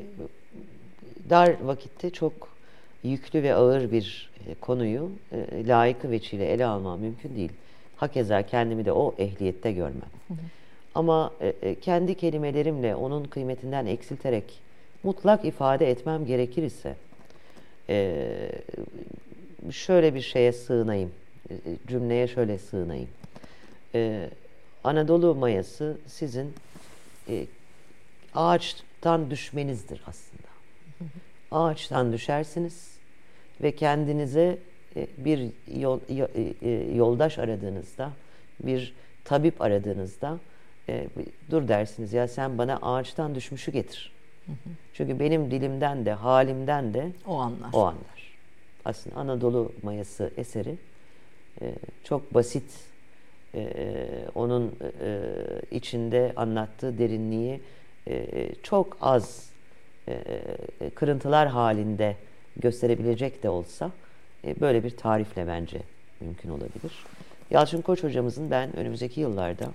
dar vakitte çok yüklü ve ağır bir e, konuyu e, layıkı veçile ele almam mümkün değil. Hakeza kendimi de o ehliyette görmem. Hı hı. Ama e, e, kendi kelimelerimle onun kıymetinden eksilterek mutlak ifade etmem gerekir ise Ee, şöyle bir şeye sığınayım, cümleye şöyle sığınayım. Ee, Anadolu mayası sizin e, ağaçtan düşmenizdir aslında. Ağaçtan düşersiniz ve kendinize e, bir yol, e, yoldaş aradığınızda, bir tabip aradığınızda e, dur dersiniz ya sen bana ağaçtan düşmüşü getir. Çünkü benim dilimden de halimden de o anlar. O anlar. Aslında Anadolu mayası eseri e, çok basit. E, onun e, içinde anlattığı derinliği e, çok az e, kırıntılar halinde gösterebilecek de olsa e, böyle bir tarifle bence mümkün olabilir. Yalçın Koç hocamızın ben önümüzdeki yıllarda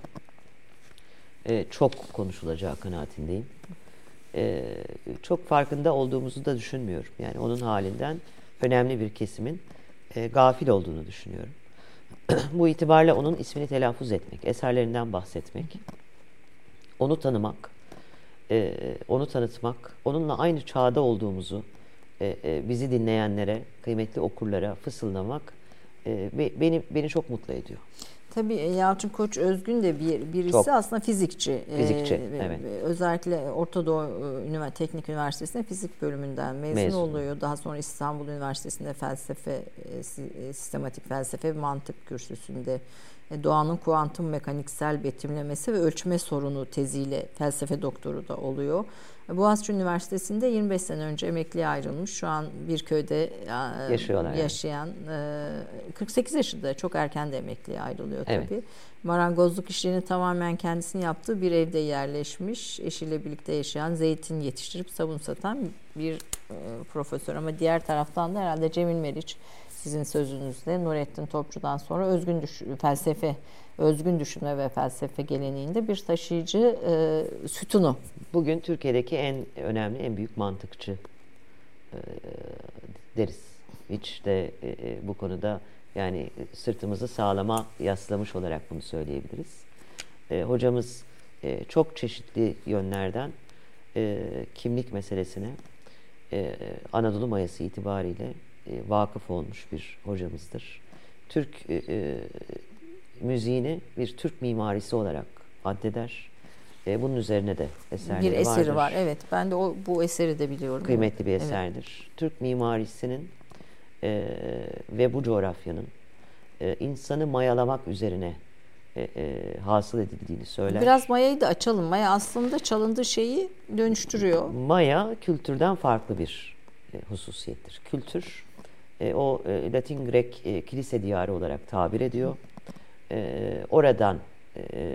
e, çok konuşulacağı kanaatindeyim. Ee, çok farkında olduğumuzu da düşünmüyorum. Yani onun halinden önemli bir kesimin e, gafil olduğunu düşünüyorum. Bu itibarla onun ismini telaffuz etmek, eserlerinden bahsetmek, onu tanımak, e, onu tanıtmak, onunla aynı çağda olduğumuzu e, e, bizi dinleyenlere, kıymetli okurlara fısıldamak e, beni beni çok mutlu ediyor. Tabii Yalçın Koç özgün de bir birisi Çok. aslında fizikçi. Fizikçi, ee, evet. Özellikle Orta Doğu Ünivers- Teknik Üniversitesi'nde fizik bölümünden mezun, mezun oluyor. Daha sonra İstanbul Üniversitesi'nde felsefe, sistematik felsefe ve mantık kürsüsünde doğanın kuantum mekaniksel betimlemesi ve ölçme sorunu teziyle felsefe doktoru da oluyor. Boğaziçi Üniversitesi'nde yirmi beş sene önce emekliye ayrılmış. Şu an bir köyde Yaşıyorlar yaşayan, yani. kırk sekiz yaşında, çok erken de emekliye ayrılıyor tabii. Evet. Marangozluk işlerini tamamen kendisinin yaptığı bir evde yerleşmiş. Eşiyle birlikte yaşayan, zeytin yetiştirip sabun satan bir profesör. Ama diğer taraftan da herhalde Cemil Meriç, sizin sözünüzde Nurettin Topçu'dan sonra özgün düş- felsefe, özgün düşünme ve felsefe geleneğinde bir taşıyıcı e, sütunu. Bugün Türkiye'deki en önemli, en büyük mantıkçı e, deriz. Hiç de e, bu konuda yani sırtımızı sağlama yaslamış olarak bunu söyleyebiliriz. E, hocamız e, çok çeşitli yönlerden e, kimlik meselesine e, Anadolu mayası itibariyle e, vakıf olmuş bir hocamızdır. Türk e, e, müziğini bir Türk mimarisi olarak addeder. E, bunun üzerine de eserleri Bir eseri vardır. var. Evet. Ben de o bu eseri de biliyorum. Kıymetli bir Evet. eserdir. Türk mimarisinin e, ve bu coğrafyanın e, insanı mayalamak üzerine e, e, hasıl edildiğini söyler. Biraz Maya'yı da açalım. Maya aslında çalındığı şeyi dönüştürüyor. Maya kültürden farklı bir e, hususiyettir. Kültür e, o e, Latin Grek e, kilise diyarı olarak tabir ediyor. E, oradan e,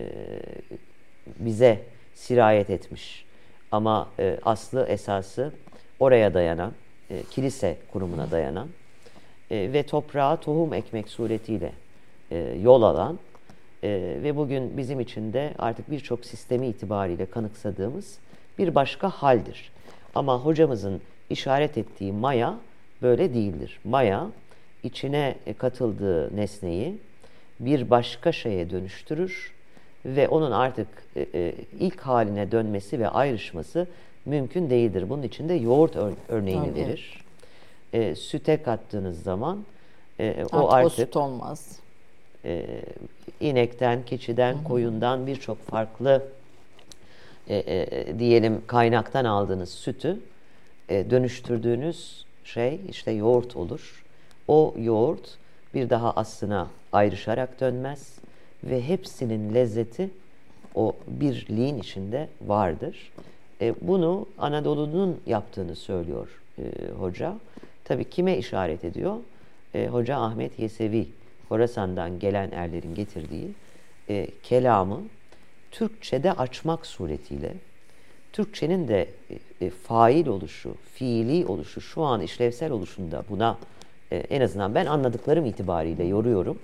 bize sirayet etmiş. Ama e, aslı esası oraya dayanan, e, kilise kurumuna dayanan e, ve toprağa tohum ekmek suretiyle e, yol alan e, ve bugün bizim için de artık birçok sistemi itibariyle kanıksadığımız bir başka haldir. Ama hocamızın işaret ettiği maya böyle değildir. Maya içine katıldığı nesneyi bir başka şeye dönüştürür ve onun artık e, e, ilk haline dönmesi ve ayrışması mümkün değildir. Bunun için de yoğurt ör- örneğini Evet. verir. E, süte kattığınız zaman e, Artık o o artık süt olmaz. e, inekten, keçiden, koyundan birçok farklı e, e, diyelim kaynaktan aldığınız sütü e, dönüştürdüğünüz şey işte yoğurt olur. O yoğurt bir daha aslına ayrışarak dönmez ve hepsinin lezzeti o birliğin içinde vardır. E, bunu Anadolu'nun yaptığını söylüyor e, hoca. Tabii kime işaret ediyor? E, hoca Ahmet Yesevi, Horasan'dan gelen erlerin getirdiği e, kelamı Türkçe'de açmak suretiyle Türkçenin de e, fail oluşu, fiili oluşu, şu an işlevsel oluşunda buna e, en azından ben anladıklarım itibariyle yoruyorum.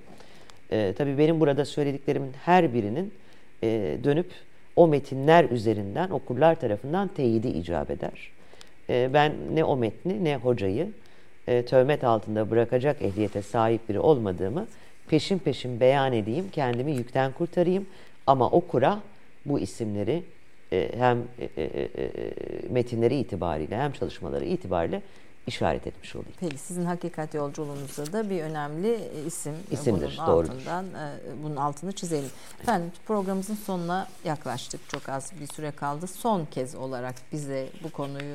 E, tabii benim burada söylediklerimin her birinin e, dönüp o metinler üzerinden okurlar tarafından teyidi icap eder. E, ben ne o metni ne hocayı e, töhmet altında bırakacak ehliyete sahip biri olmadığımı peşin peşin beyan edeyim, kendimi yükten kurtarayım. Ama okura bu isimleri e, hem e, e, e, metinleri itibariyle hem çalışmaları itibariyle işaret etmiş olayım. Peki sizin hakikat yolculuğunuzda da bir önemli isim. İsimdir, bunun doğrudur. altından, bunun altını çizelim. Efendim programımızın sonuna yaklaştık. Çok az bir süre kaldı. Son kez olarak bize bu konuyu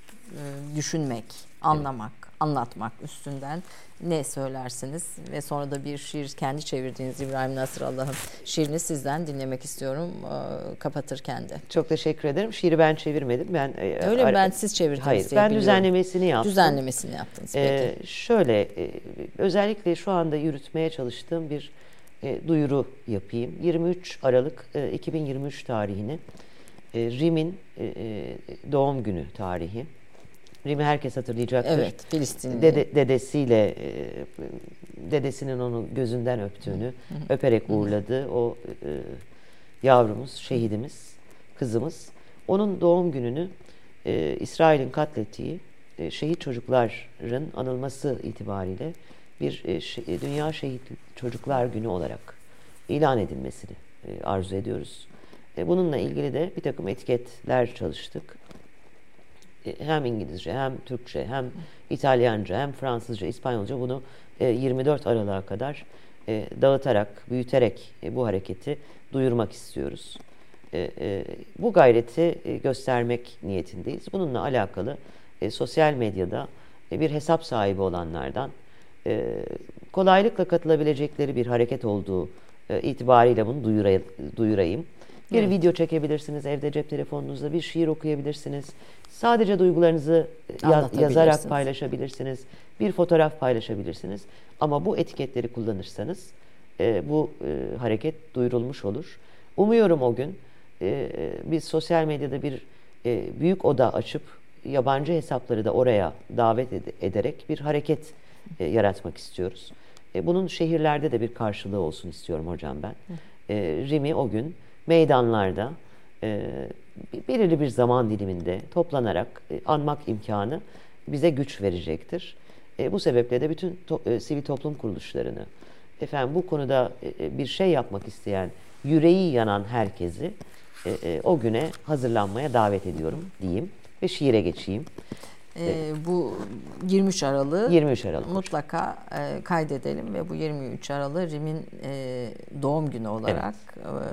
düşünmek, anlamak, anlatmak üstünden ne söylersiniz? Ve sonra da bir şiir, kendi çevirdiğiniz İbrahim Nasrallah'ın şiirini sizden dinlemek istiyorum kapatırken de. Çok teşekkür ederim. Şiiri ben çevirmedim. Ben Öyle mi? Ben siz çevirdiniz Hayır, diye ben biliyorum. düzenlemesini yaptım. Düzenlemesini yaptınız. Peki. Ee, şöyle, e, özellikle şu anda yürütmeye çalıştığım bir e, duyuru yapayım. yirmi üç Aralık e, iki bin yirmi üç tarihini, e, Rim'in e, doğum günü tarihi. Rim'i herkes hatırlayacaktır. Evet, Filistinli. Dede, dedesiyle, e, dedesinin onu gözünden öptüğünü, hı hı. öperek uğurladığı o e, yavrumuz, şehidimiz, kızımız. Onun doğum gününü e, İsrail'in katlettiği e, şehit çocukların anılması itibariyle bir e, şe, Dünya Şehit Çocuklar Günü olarak ilan edilmesini e, arzu ediyoruz. E, bununla ilgili de bir takım etiketler çalıştık. Hem İngilizce, hem Türkçe, hem İtalyanca, hem Fransızca, İspanyolca bunu yirmi dört Aralık'a kadar dağıtarak, büyüterek bu hareketi duyurmak istiyoruz. Bu gayreti göstermek niyetindeyiz. Bununla alakalı sosyal medyada bir hesap sahibi olanlardan kolaylıkla katılabilecekleri bir hareket olduğu itibariyle bunu duyurayım. Bir evet. video çekebilirsiniz, evde cep telefonunuzda bir şiir okuyabilirsiniz. Sadece duygularınızı yaz, yazarak paylaşabilirsiniz. Bir fotoğraf paylaşabilirsiniz. Ama bu etiketleri kullanırsanız e, bu e, hareket duyurulmuş olur. Umuyorum o gün e, biz sosyal medyada bir e, büyük oda açıp yabancı hesapları da oraya davet ed- ederek bir hareket e, yaratmak istiyoruz. E, bunun şehirlerde de bir karşılığı olsun istiyorum hocam ben. E, Rim'i o gün meydanlarda e, belirli bir zaman diliminde toplanarak e, anmak imkanı bize güç verecektir. E, bu sebeple de bütün to, e, sivil toplum kuruluşlarını, efendim bu konuda e, bir şey yapmak isteyen, yüreği yanan herkesi e, e, o güne hazırlanmaya davet ediyorum diyeyim ve şiire geçeyim. Ee, bu yirmi üç Aralık'ı yirmi üç Aralık mutlaka e, kaydedelim ve bu yirmi üç Aralık Rim'in e, doğum günü olarak evet.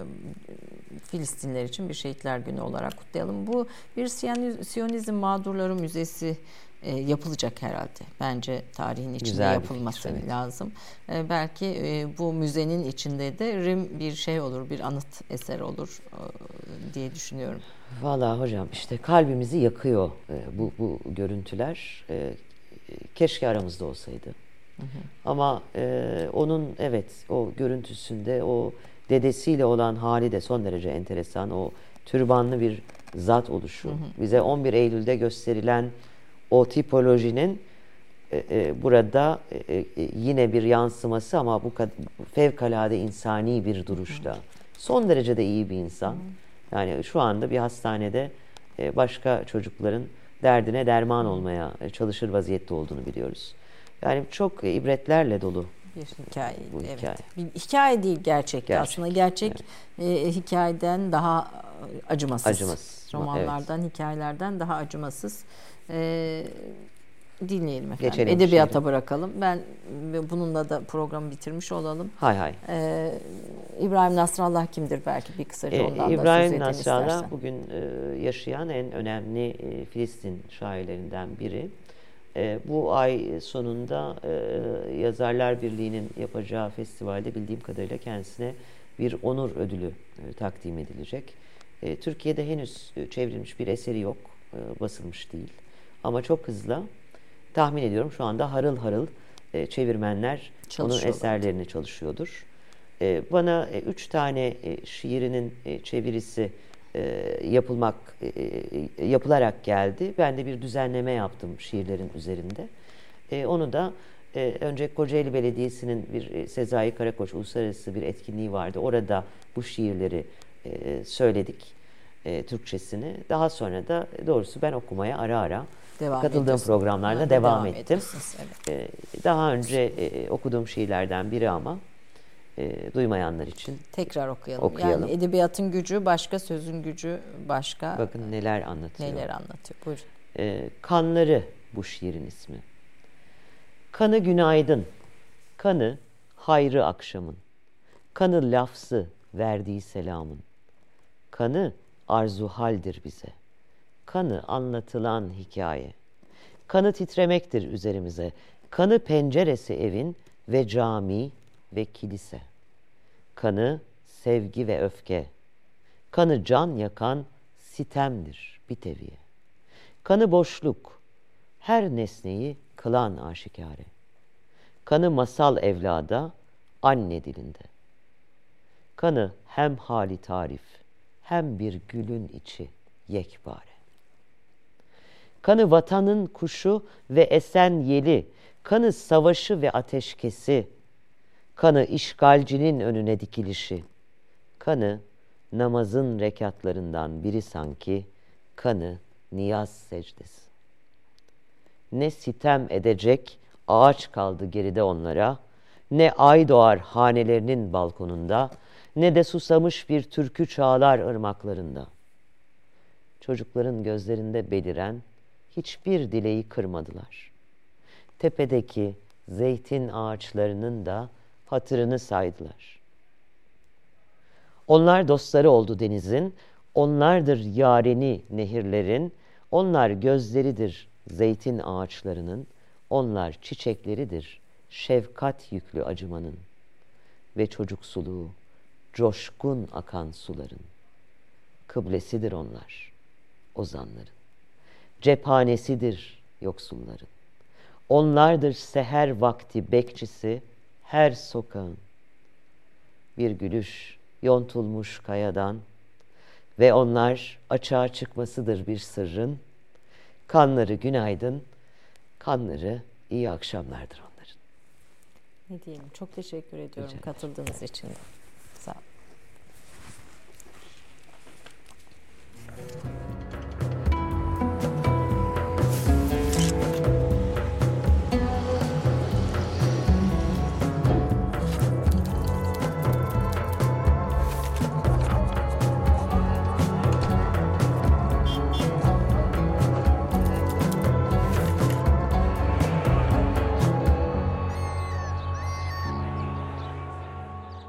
e, Filistinler için bir şehitler günü olarak kutlayalım. Bu bir Siyonizm Mağdurları Müzesi e, yapılacak herhalde. Bence tarihin içinde Güzel yapılması fikir, evet. lazım. E, belki e, bu müzenin içinde de Rim bir şey olur, bir anıt eser olur e, diye düşünüyorum. Vallahi hocam işte kalbimizi yakıyor e, bu bu görüntüler. E, keşke aramızda olsaydı. Hı hı. Ama e, onun evet o görüntüsünde o dedesiyle olan hali de son derece enteresan. O türbanlı bir zat oluşu. Hı hı. Bize on bir Eylül'de gösterilen o tipolojinin e, e, burada e, e, yine bir yansıması ama bu fevkalade insani bir duruşta. Hı hı. Son derece de iyi bir insan. Hı hı. Yani şu anda bir hastanede başka çocukların derdine derman olmaya çalışır vaziyette olduğunu biliyoruz. Yani çok ibretlerle dolu bir hikaye. Bu evet. hikaye. Bir hikaye değil gerçek, gerçek. aslında. Gerçek evet. e, hikayeden daha acımasız. Acımasız. Romanlardan, evet. hikayelerden daha acımasız. E, dinleyelim efendim. Geçelim Edebiyata şimdi. bırakalım. Ben bununla da programı bitirmiş olalım. Hay hay. Ee, İbrahim Nasrallah kimdir belki bir kısaca ondan ee, da İbrahim söz edin Nasrallah istersen. bugün e, yaşayan en önemli e, Filistin şairlerinden biri. E, bu ay sonunda e, Yazarlar Birliği'nin yapacağı festivalde bildiğim kadarıyla kendisine bir onur ödülü e, takdim edilecek. E, Türkiye'de henüz e, çevrilmiş bir eseri yok. E, basılmış değil. Ama çok hızlı tahmin ediyorum şu anda harıl harıl e, çevirmenler onun eserlerini çalışıyordur. E, bana e, üç tane e, şiirinin e, çevirisi e, yapılmak e, e, yapılarak geldi. Ben de bir düzenleme yaptım şiirlerin üzerinde. E, onu da e, önce Kocaeli Belediyesi'nin bir e, Sezai Karakoç uluslararası bir etkinliği vardı. Orada bu şiirleri e, söyledik e, Türkçesini. Daha sonra da doğrusu ben okumaya ara ara Devam katıldığım programlarda ha, devam, devam ettim. Evet. Ee, daha önce e, okuduğum şiirlerden biri ama e, duymayanlar için tekrar okuyalım. okuyalım. Yani edebiyatın gücü başka, sözün gücü başka. Bakın neler anlatıyor. Neler anlatıyor. Buyurun. Ee, kanları bu şiirin ismi. Kanı günaydın, kanı hayrı akşamın, kanı lafzı verdiği selamın, kanı arzu haldir bize. Kanı anlatılan hikaye. Kanı titremektir üzerimize. Kanı penceresi evin ve cami ve kilise. Kanı sevgi ve öfke. Kanı can yakan sitemdir bir teviye. Kanı boşluk. Her nesneyi kılan aşikare. Kanı masal evlada, anne dilinde. Kanı hem hali tarif, hem bir gülün içi yekpare. Kanı vatanın kuşu ve esen yeli, kanı savaşı ve ateşkesi, kanı işgalcinin önüne dikilişi, kanı namazın rekatlarından biri sanki, kanı niyaz secdesi. Ne sitem edecek ağaç kaldı geride onlara, ne ay doğar hanelerinin balkonunda, ne de susamış bir türkü çağlar ırmaklarında. Çocukların gözlerinde beliren hiçbir dileği kırmadılar. Tepedeki zeytin ağaçlarının da hatırını saydılar. Onlar dostları oldu denizin, onlardır yareni nehirlerin, onlar gözleridir zeytin ağaçlarının, onlar çiçekleridir şefkat yüklü acımanın ve çocuksuluğu coşkun akan suların. Kıblesidir onlar, ozanların. Cephanesidir yoksulların. Onlardır seher vakti bekçisi her sokağın. Bir gülüş yontulmuş kayadan ve onlar açığa çıkmasıdır bir sırrın. Kanları günaydın, kanları iyi akşamlardır onların. Ne diyelim, çok teşekkür ediyorum katıldığınız için.